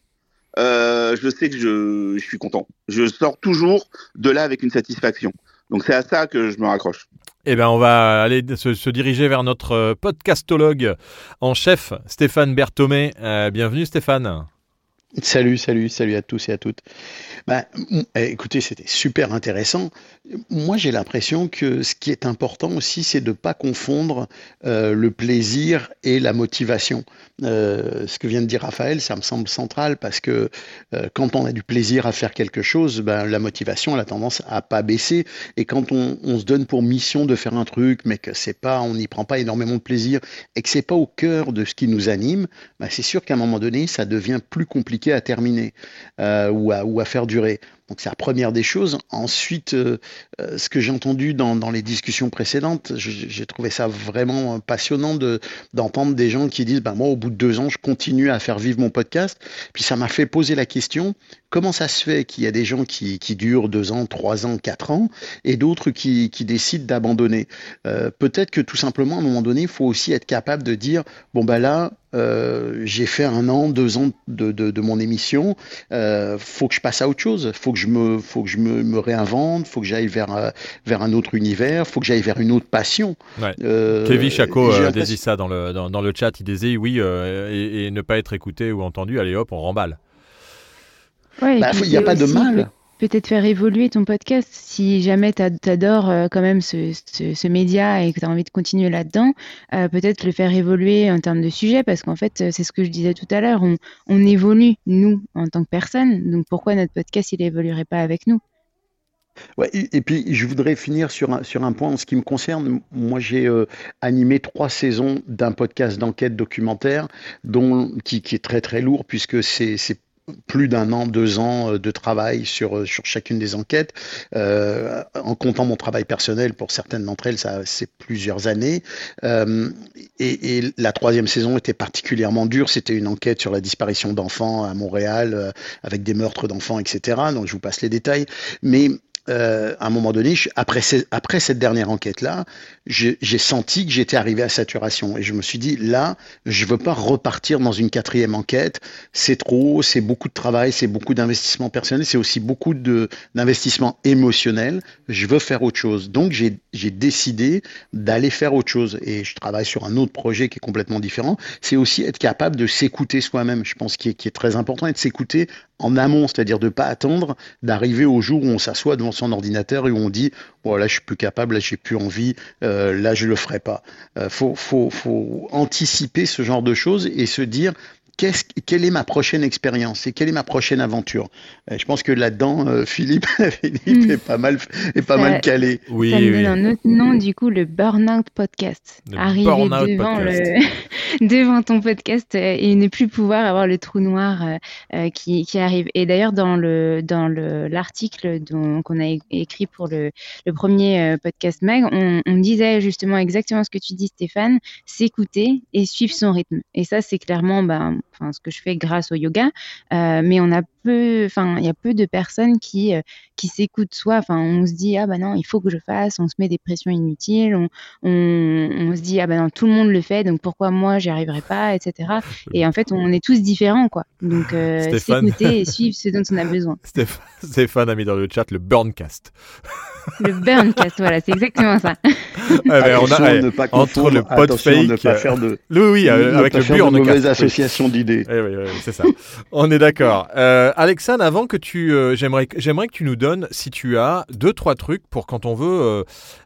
[SPEAKER 10] euh, je sais que je, je suis content. Je sors toujours de là avec une satisfaction. Donc c'est à ça que je me raccroche.
[SPEAKER 12] Eh bien, on va aller se, se diriger vers notre podcastologue en chef, Stéphane Berthomé. Euh, bienvenue Stéphane.
[SPEAKER 15] Salut, salut, salut à tous et à toutes. Bah, écoutez, c'était super intéressant. Moi, j'ai l'impression que ce qui est important aussi, c'est de ne pas confondre euh, le plaisir et la motivation. Euh, ce que vient de dire Raphaël, ça me semble central parce que euh, quand on a du plaisir à faire quelque chose, ben, la motivation elle a tendance à pas baisser. Et quand on, on se donne pour mission de faire un truc, mais que c'est pas, on n'y prend pas énormément de plaisir et que c'est pas au cœur de ce qui nous anime, ben, c'est sûr qu'à un moment donné, ça devient plus compliqué à terminer euh, ou, à, ou à faire durer. Donc c'est la première des choses. Ensuite, euh, euh, ce que j'ai entendu dans, dans les discussions précédentes, j'ai, j'ai trouvé ça vraiment passionnant de, d'entendre des gens qui disent ben, « moi, au bout de deux ans, je continue à faire vivre mon podcast ». Puis ça m'a fait poser la question, comment ça se fait qu'il y a des gens qui, qui durent deux ans, trois ans, quatre ans et d'autres qui, qui décident d'abandonner euh, peut-être que tout simplement, à un moment donné, il faut aussi être capable de dire « bon ben là, Euh, j'ai fait un an, deux ans de, de, de mon émission, euh, faut que je passe à autre chose, faut que je me, faut que je me, me réinvente, faut que j'aille vers, euh, vers un autre univers, faut que j'aille vers une autre passion.
[SPEAKER 12] Ouais.
[SPEAKER 15] Euh,
[SPEAKER 12] Kevin Chaco euh, disait ça dans le, dans, dans le chat, il disait oui, euh, et, et ne pas être écouté ou entendu, allez hop, on remballe.
[SPEAKER 6] Ouais,
[SPEAKER 15] bah, il n'y a pas de mal.
[SPEAKER 6] Peut-être faire évoluer ton podcast si jamais t'adores euh, quand même ce, ce, ce média et que tu as envie de continuer là-dedans, euh, peut-être le faire évoluer en termes de sujet parce qu'en fait, c'est ce que je disais tout à l'heure, on, on évolue, nous, en tant que personne, donc pourquoi notre podcast, il évoluerait pas avec nous ?
[SPEAKER 15] Ouais, et, et puis je voudrais finir sur un, sur un point en ce qui me concerne. Moi, j'ai euh, animé trois saisons d'un podcast d'enquête documentaire dont, qui, qui est très très lourd puisque c'est, c'est plus d'un an, deux ans de travail sur, sur chacune des enquêtes. Euh, en comptant mon travail personnel, pour certaines d'entre elles, ça, c'est plusieurs années. Euh, et, et la troisième saison était particulièrement dure. C'était une enquête sur la disparition d'enfants à Montréal, euh, avec des meurtres d'enfants, et cetera. Donc, je vous passe les détails. Mais euh, à un moment donné, je- après, ce- après cette dernière enquête-là, j'ai j'ai senti que j'étais arrivé à saturation. Et je me suis dit, là, je veux pas repartir dans une quatrième enquête. C'est trop, c'est beaucoup de travail, c'est beaucoup d'investissement personnel, c'est aussi beaucoup de d'investissement émotionnel. Je veux faire autre chose. Donc, j'ai j'ai décidé d'aller faire autre chose. Et je travaille sur un autre projet qui est complètement différent. C'est aussi être capable de s'écouter soi-même. Je pense qu'il est, qui est très important, et de s'écouter en amont, c'est-à-dire de ne pas attendre d'arriver au jour où on s'assoit devant son ordinateur et où on dit bon, là je suis plus capable, là j'ai plus envie, euh, là je le ferai pas. Euh, faut, faut, faut anticiper ce genre de choses et se dire qu'est-ce, quelle est ma prochaine expérience et quelle est ma prochaine aventure. Euh, je pense que là-dedans, euh, Philippe, Philippe
[SPEAKER 6] Mm.
[SPEAKER 15] est pas mal, est pas
[SPEAKER 6] Ça,
[SPEAKER 15] mal calé.
[SPEAKER 6] ça me donne un autre nom, du coup, le Burnout Podcast.
[SPEAKER 12] Le
[SPEAKER 6] Arriver
[SPEAKER 12] Burnout
[SPEAKER 6] devant
[SPEAKER 12] Podcast.
[SPEAKER 6] le devant ton podcast euh, et ne plus pouvoir avoir le trou noir euh, euh, qui, qui arrive. Et d'ailleurs, dans le dans le l'article dont- qu'on a é- écrit pour le, le premier euh, podcast mag, on, on disait justement exactement ce que tu dis, Stéphane, s'écouter et suivre son rythme. Et ça, c'est clairement ben, enfin, ce que je fais grâce au yoga. Euh, mais on a peu, enfin, il y a peu de personnes qui euh, qui s'écoutent soi. Enfin, on se dit ah bah non, il faut que je fasse. On se met des pressions inutiles. On, on, on se dit ah bah non, tout le monde le fait, donc pourquoi moi j'y arriverai pas, et cetera. Et en fait, on est tous différents, quoi. Donc euh,
[SPEAKER 12] Stéphane.
[SPEAKER 6] s'écouter et suivre ce dont on a besoin.
[SPEAKER 12] Stéph- Stéphane a mis dans le chat le Burncast.
[SPEAKER 6] Le burncast, voilà, c'est exactement ça.
[SPEAKER 12] Ah, ben, on a-
[SPEAKER 15] Attention à
[SPEAKER 12] eh,
[SPEAKER 15] ne pas
[SPEAKER 12] entre
[SPEAKER 15] confondre,
[SPEAKER 12] le pod
[SPEAKER 15] attention à ne
[SPEAKER 12] fake,
[SPEAKER 15] pas
[SPEAKER 12] euh,
[SPEAKER 15] faire de-
[SPEAKER 12] oui, oui, euh,
[SPEAKER 15] ne
[SPEAKER 12] avec
[SPEAKER 15] pas
[SPEAKER 12] le
[SPEAKER 15] faire de
[SPEAKER 12] Burncast.
[SPEAKER 15] mauvaises
[SPEAKER 12] oui.
[SPEAKER 15] associations d'idées.
[SPEAKER 12] Eh oui, oui, c'est ça. On est d'accord. Euh, Alexandre, avant que tu, euh, j'aimerais, j'aimerais que tu nous donnes, si tu as deux trois trucs pour quand on veut, euh,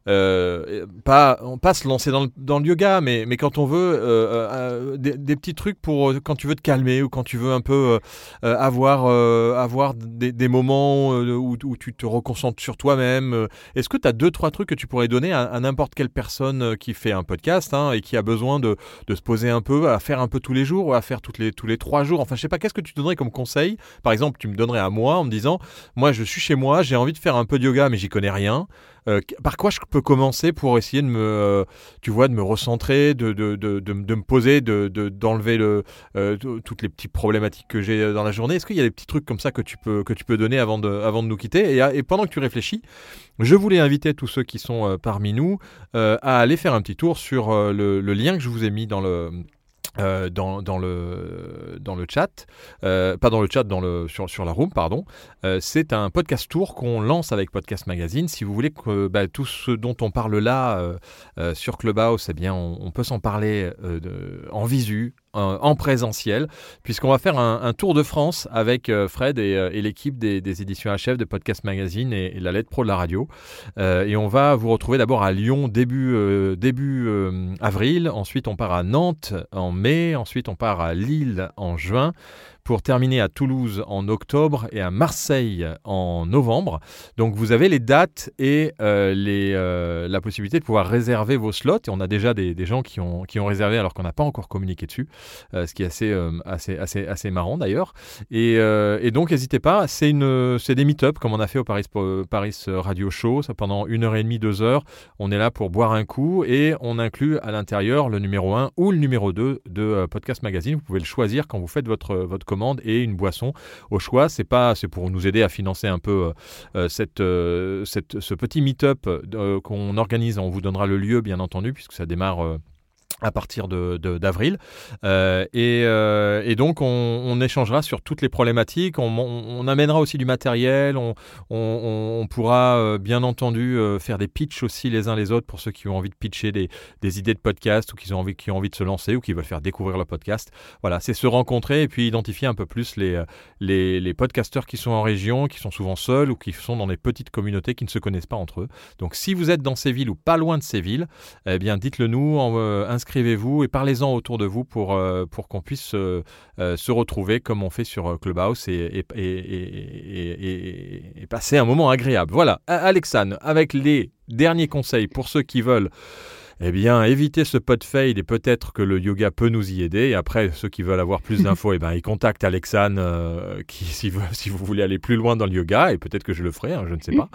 [SPEAKER 12] euh, pas, pas se lancer dans le, dans le yoga, mais, mais quand on veut euh, euh, des, des petits trucs pour euh, quand tu veux te calmer ou quand tu veux un peu euh, avoir, euh, avoir des, des moments euh, où, où tu te reconcentres sur toi-même. euh. Est-ce que tu as deux trois trucs que tu pourrais donner à, à n'importe quelle personne euh, qui fait un podcast hein, et qui a besoin de, de se poser un peu, à faire un peu tous les jours ou à faire toutes les, tous les trois jours? Enfin, je sais pas, qu'est-ce que tu donnerais comme conseil? Par exemple, tu me donnerais à moi en me disant, moi je suis chez moi, j'ai envie de faire un peu de yoga mais j'y connais rien. Euh, par quoi je peux commencer pour essayer de me, euh, tu vois, de me recentrer, de, de, de, de, de me poser, de, de, d'enlever le, euh, t- toutes les petites problématiques que j'ai dans la journée? Est-ce qu'il y a des petits trucs comme ça que tu peux, que tu peux donner avant de, avant de nous quitter? Et, à- et pendant que tu réfléchis, je voulais inviter tous ceux qui sont euh, parmi nous euh, à aller faire un petit tour sur euh, le, le lien que je vous ai mis dans le... Euh, dans, dans, le, dans le chat, euh, pas dans le chat, dans le, sur, sur la room, pardon. Euh, c'est un podcast tour qu'on lance avec Podcast Magazine. Si vous voulez que bah, tout ce dont on parle là euh, euh, sur Clubhouse, eh bien, on, on peut s'en parler euh, de, en visu, en, en présentiel, puisqu'on va faire un, un tour de France avec euh, Fred et, euh, et l'équipe des, des éditions H F de Podcast Magazine et, et la lettre pro de la radio. Euh, et on va vous retrouver d'abord à Lyon début, euh, début euh, avril. Ensuite, on part à Nantes en mai. Ensuite, on part à Lille en juin, pour terminer à Toulouse en octobre et à Marseille en novembre. Donc vous avez les dates et euh, les, euh, la possibilité de pouvoir réserver vos slots. Et on a déjà des, des gens qui ont, qui ont réservé alors qu'on n'a pas encore communiqué dessus, euh, ce qui est assez, euh, assez, assez, assez marrant d'ailleurs. Et, euh, et donc n'hésitez pas, c'est, une, c'est des meet-up comme on a fait au Paris, Paris Radio Show. Ça, pendant une heure et demie, deux heures, on est là pour boire un coup et on inclut à l'intérieur le numéro un ou le numéro deux de euh, Podcast Magazine. Vous pouvez le choisir quand vous faites votre, votre commande et une boisson au choix. C'est pas, c'est pour nous aider à financer un peu euh, cette, euh, cette, ce petit meet-up euh, qu'on organise. On vous donnera le lieu, bien entendu, puisque ça démarre euh, à partir de, de, d'avril. Euh, et, euh, et donc, on, on échangera sur toutes les problématiques. On, on, on amènera aussi du matériel. On, on, on pourra, euh, bien entendu, euh, faire des pitchs aussi les uns les autres pour ceux qui ont envie de pitcher des, des idées de podcast ou qui ont, envie, qui ont envie de se lancer ou qui veulent faire découvrir le podcast. Voilà, c'est se rencontrer et puis identifier un peu plus les, les, les podcasteurs qui sont en région, qui sont souvent seuls ou qui sont dans des petites communautés qui ne se connaissent pas entre eux. Donc, si vous êtes dans ces villes ou pas loin de ces villes, eh bien, dites-le nous, en, euh, inscrivez-vous et parlez-en autour de vous pour, euh, pour qu'on puisse euh, euh, se retrouver comme on fait sur Clubhouse et, et, et, et, et, et passer un moment agréable. Voilà, Alexandre, avec les derniers conseils pour ceux qui veulent eh bien, éviter ce pot fade et peut-être que le yoga peut nous y aider. Et après, ceux qui veulent avoir plus d'infos, eh ben, ils contactent Alexandre euh, qui, si, vous, si vous voulez aller plus loin dans le yoga, et peut-être que je le ferai, hein, je ne sais pas.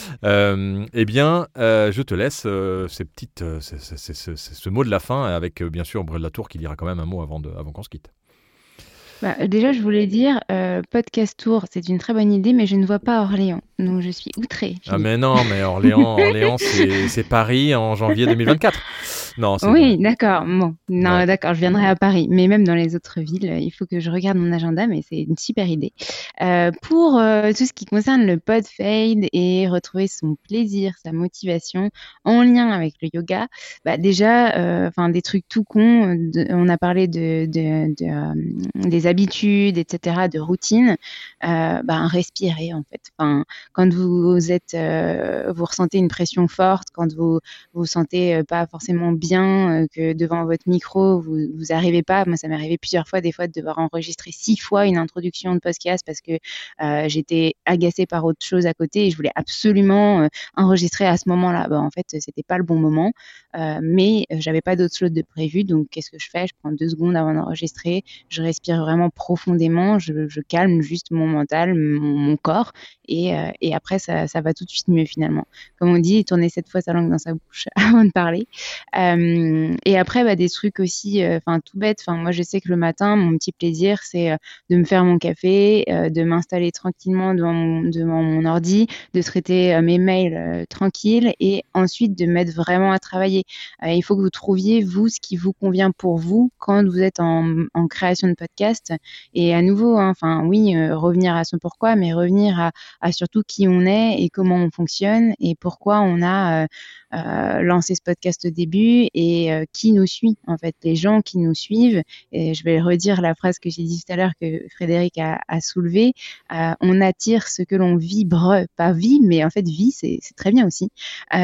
[SPEAKER 12] euh, eh bien, euh, je te laisse euh, ces petites, euh, c'est, c'est, c'est, c'est, c'est ce mot de la fin avec, euh, bien sûr, Brel Latour qui dira quand même un mot avant, de, avant qu'on se quitte.
[SPEAKER 6] Bah, déjà, je voulais dire, euh, podcast tour, c'est une très bonne idée, mais je ne vois pas Orléans. donc je suis outrée.
[SPEAKER 12] Ah mais non, mais Orléans, Orléans c'est, c'est Paris en janvier deux mille vingt-quatre. Non, c'est
[SPEAKER 6] Oui, d'accord. Bon, non,
[SPEAKER 12] Ouais.
[SPEAKER 6] d'accord, je viendrai à Paris, mais même dans les autres villes, euh, il faut que je regarde mon agenda, mais c'est une super idée. Euh, pour euh, tout ce qui concerne le pod fade et retrouver son plaisir, sa motivation en lien avec le yoga, bah déjà, euh, enfin des trucs tout cons. euh, de- on a parlé de, de, de, euh, des habitudes, et cetera, de routine. Euh, bah, respirer en fait. Enfin, quand vous êtes, euh, vous ressentez une pression forte, quand vous vous sentez euh, pas forcément bien, euh, que devant votre micro, vous vous arrivez pas. Moi, ça m'est arrivé plusieurs fois, des fois, de devoir enregistrer six fois une introduction de podcast parce que euh, j'étais agacée par autre chose à côté et je voulais absolument euh, enregistrer à ce moment-là. Bah, en fait, c'était pas le bon moment, euh, mais euh, j'avais pas d'autre chose de prévu. Donc, qu'est-ce que je fais? Je prends deux secondes avant d'enregistrer, je respire vraiment profondément, je, je calme juste mon mental, mon, mon corps, et, euh, et après, ça, ça va tout de suite mieux finalement. Comme on dit, tourner sept fois sa langue dans sa bouche avant de parler. Euh, et après, bah, des trucs aussi, enfin tout bête. Enfin, moi, je sais que le matin, mon petit plaisir, c'est euh, de me faire mon café, euh, de m'installer tranquillement devant mon, devant mon ordi, de traiter euh, mes mails euh, tranquille, et ensuite de mettre vraiment à travailler. Euh, il faut que vous trouviez, vous, ce qui vous convient pour vous quand vous êtes en, en création de podcast. Et à nouveau, hein, enfin oui, euh, revenir à son pourquoi, mais revenir à, à surtout qui on est et comment on fonctionne et pourquoi on a euh, euh, lancé ce podcast au début et euh, qui nous suit, en fait, les gens qui nous suivent. Et je vais redire la phrase que j'ai dit tout à l'heure que Frédéric a, a soulevée. Euh, on attire ce que l'on vibre, pas vit, mais en fait vie, c'est, c'est très bien aussi.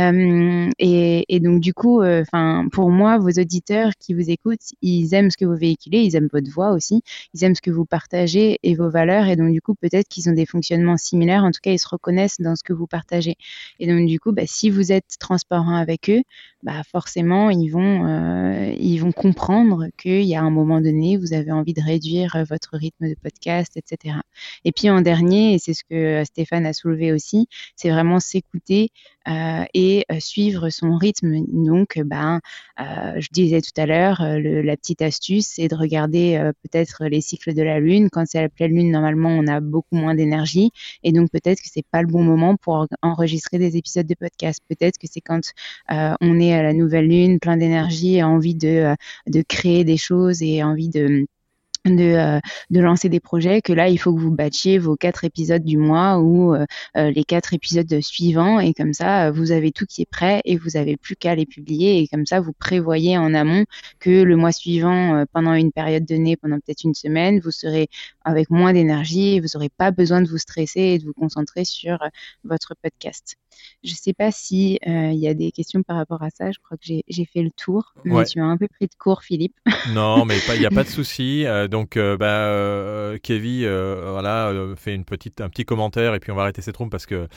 [SPEAKER 6] Euh, et, et donc du coup, enfin euh, pour moi, vos auditeurs qui vous écoutent, ils aiment ce que vous véhiculez, ils aiment votre voix aussi, ils aiment ce que vous partagez et vos valeurs, et donc du coup peut-être qu'ils ont des fonctionnements similaires, en tout cas ils se reconnaissent dans ce que vous partagez. Et donc du coup, bah, si vous êtes transparent avec eux, bah, forcément ils vont, euh, ils vont comprendre qu'il y a un moment donné, vous avez envie de réduire votre rythme de podcast, et cetera. Et puis en dernier, et c'est ce que Stéphane a soulevé aussi, c'est vraiment s'écouter euh, et euh, suivre son rythme. Donc, ben, euh, je disais tout à l'heure, euh, le, la petite astuce, c'est de regarder euh, peut-être les cycles de la Lune. Quand c'est la pleine Lune, normalement, on a beaucoup moins d'énergie. Et donc, peut-être que c'est pas le bon moment pour enregistrer des épisodes de podcast. Peut-être que c'est quand euh, on est à la nouvelle Lune, plein d'énergie, et envie de, euh, de créer des choses et envie de... De, euh, de lancer des projets, que là, il faut que vous batchiez vos quatre épisodes du mois ou euh, euh, les quatre épisodes suivants, et comme ça, vous avez tout qui est prêt et vous avez plus qu'à les publier, et comme ça, vous prévoyez en amont que le mois suivant, euh, pendant une période donnée, pendant peut-être une semaine, vous serez avec moins d'énergie et vous n'aurez pas besoin de vous stresser et de vous concentrer sur euh, votre podcast. Je ne sais pas si euh, il y a des questions par rapport à ça. Je crois que j'ai, j'ai fait le tour, mais
[SPEAKER 12] Ouais.
[SPEAKER 6] tu m'as un peu pris de court, Philippe.
[SPEAKER 12] Non, mais il n'y a pas de souci. Euh, donc, euh, bah, euh, Kevin, euh, voilà, euh, fait une petite, un petit commentaire et puis on va arrêter cette room parce que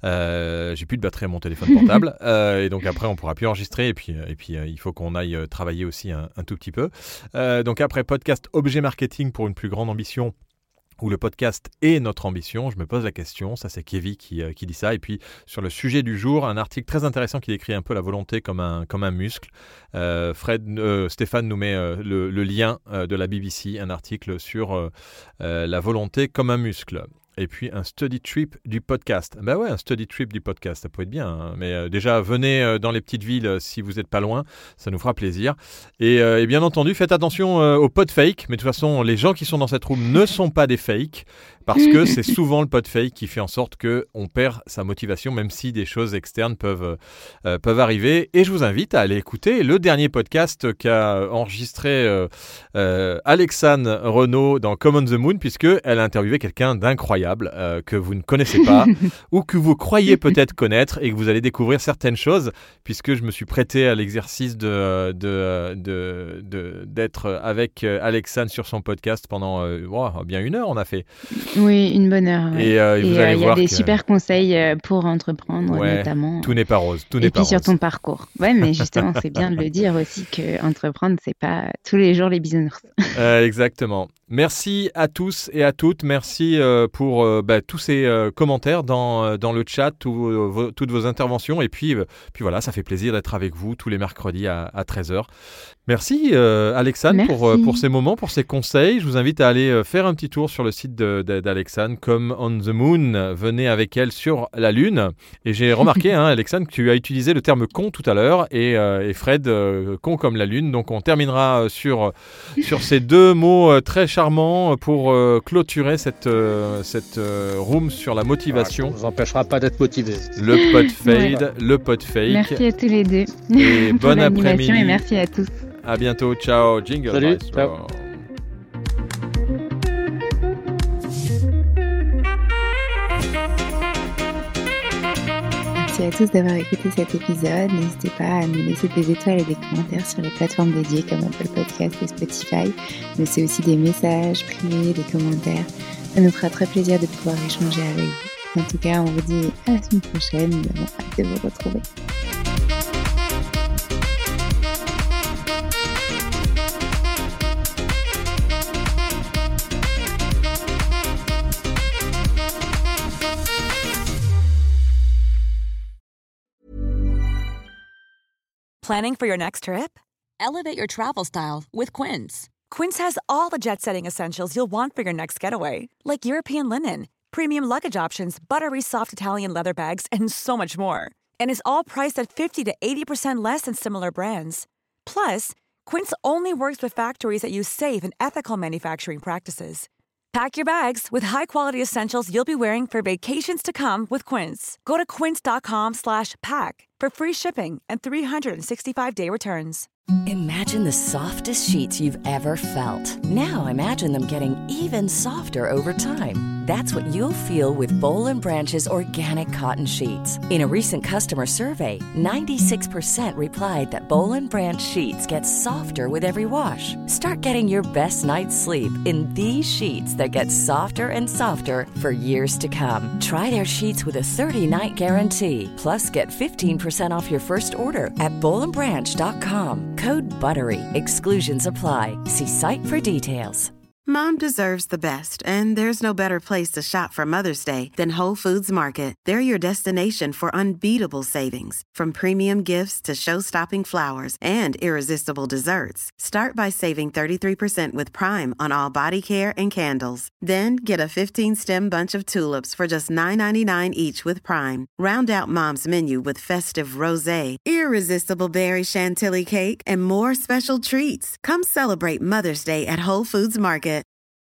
[SPEAKER 12] euh, j'ai plus de batterie à mon téléphone portable. euh, et donc après, on pourra plus enregistrer. Et puis, et puis euh, il faut qu'on aille travailler aussi un, un tout petit peu. Euh, donc après, podcast objet marketing pour une plus grande ambition, où le podcast est notre ambition, je me pose la question, ça c'est Kevin qui, euh, qui dit ça. Et puis sur le sujet du jour, un article très intéressant qui décrit un peu la volonté comme un, comme un muscle. Euh, Fred, euh, Stéphane nous met euh, le, le lien euh, de la B B C, un article sur euh, euh, la volonté comme un muscle. Et puis un study trip du podcast. Ben ouais, un study trip du podcast, ça peut être bien. Hein. Mais euh, déjà, venez euh, dans les petites villes euh, si vous n'êtes pas loin, ça nous fera plaisir. Et, euh, et bien entendu, faites attention euh, aux pod fake. Mais de toute façon, les gens qui sont dans cette room ne sont pas des fakes, parce que c'est souvent le pod fake qui fait en sorte qu'on perd sa motivation, même si des choses externes peuvent, euh, peuvent arriver. Et je vous invite à aller écouter le dernier podcast qu'a enregistré euh, euh, Alexandre Renaud dans Come on the Moon, puisqu'elle a interviewé quelqu'un d'incroyable. Euh, que vous ne connaissez pas ou que vous croyez peut-être connaître, et que vous allez découvrir certaines choses, puisque je me suis prêté à l'exercice de, de, de, de, d'être avec Alexandre sur son podcast pendant euh, wow, bien une heure on a fait.
[SPEAKER 6] Oui, une bonne heure. Ouais.
[SPEAKER 12] Et, euh, et il
[SPEAKER 6] euh, y a des
[SPEAKER 12] que...
[SPEAKER 6] super conseils pour entreprendre,
[SPEAKER 12] ouais,
[SPEAKER 6] notamment.
[SPEAKER 12] Tout n'est pas rose. Tout n'est
[SPEAKER 6] et
[SPEAKER 12] pas
[SPEAKER 6] puis sur
[SPEAKER 12] rose.
[SPEAKER 6] ton parcours. Ouais, mais justement, c'est bien de le dire aussi, que entreprendre, c'est pas tous les jours les bisounours.
[SPEAKER 12] euh, exactement. Merci à tous et à toutes. Merci euh, pour euh, bah, tous ces euh, commentaires dans, dans le chat, tout, euh, vos, toutes vos interventions. Et puis, euh, puis voilà, ça fait plaisir d'être avec vous tous les mercredis à, à treize heures. Merci euh, Alexane pour, euh, pour ces moments, pour ces conseils. Je vous invite à aller euh, faire un petit tour sur le site de, de, d'Alexane, comme on the moon. Venez avec elle sur la Lune. Et j'ai remarqué, hein, Alexane, que tu as utilisé le terme con tout à l'heure et, euh, et Fred, euh, con comme la Lune. Donc on terminera sur, sur ces deux mots euh, très charmants pour euh, clôturer cette, euh, cette euh, room sur la motivation.
[SPEAKER 11] Ah, ça ne vous empêchera pas d'être motivé.
[SPEAKER 12] Le pod fade, ouais. le pod fake.
[SPEAKER 6] Merci à tous les deux.
[SPEAKER 12] Et bon après-midi.
[SPEAKER 6] Et merci à tous.
[SPEAKER 12] À bientôt, ciao, jingle.
[SPEAKER 11] Salut, ciao.
[SPEAKER 6] Merci à tous d'avoir écouté cet épisode. N'hésitez pas à nous laisser des étoiles et des commentaires sur les plateformes dédiées comme Apple Podcast et Spotify, mais c'est aussi des messages privés, des commentaires. Ça nous fera très plaisir de pouvoir échanger avec vous. En tout cas, on vous dit à la semaine prochaine. Nous avons hâte de vous retrouver.
[SPEAKER 2] Planning for your next trip? Elevate your travel style with Quince. Quince has all the jet-setting essentials you'll want for your next getaway, like European linen, premium luggage options, buttery soft Italian leather bags, and so much more. And is all priced at fifty to eighty percent less than similar brands. Plus, Quince only works with factories that use safe and ethical manufacturing practices. Pack your bags with high-quality essentials you'll be wearing for vacations to come with Quince. Go to quince.com slash pack for free shipping and three sixty-five day returns.
[SPEAKER 16] Imagine the softest sheets you've ever felt. Now imagine them getting even softer over time. That's what you'll feel with Boll and Branch's organic cotton sheets. In a recent customer survey, ninety-six percent replied that Boll and Branch sheets get softer with every wash. Start getting your best night's sleep in these sheets that get softer and softer for years to come. Try their sheets with a thirty-night guarantee. Plus, get fifteen percent off your first order at boll and branch dot com. Code BUTTERY. Exclusions apply. See site for details.
[SPEAKER 17] Mom deserves the best, and there's no better place to shop for Mother's Day than Whole Foods Market. They're your destination for unbeatable savings, from premium gifts to show-stopping flowers and irresistible desserts. Start by saving thirty-three percent with Prime on all body care and candles. Then get a fifteen-stem bunch of tulips for just nine ninety-nine each with Prime. Round out Mom's menu with festive rosé, irresistible berry chantilly cake, and more special treats. Come celebrate Mother's Day at Whole Foods Market.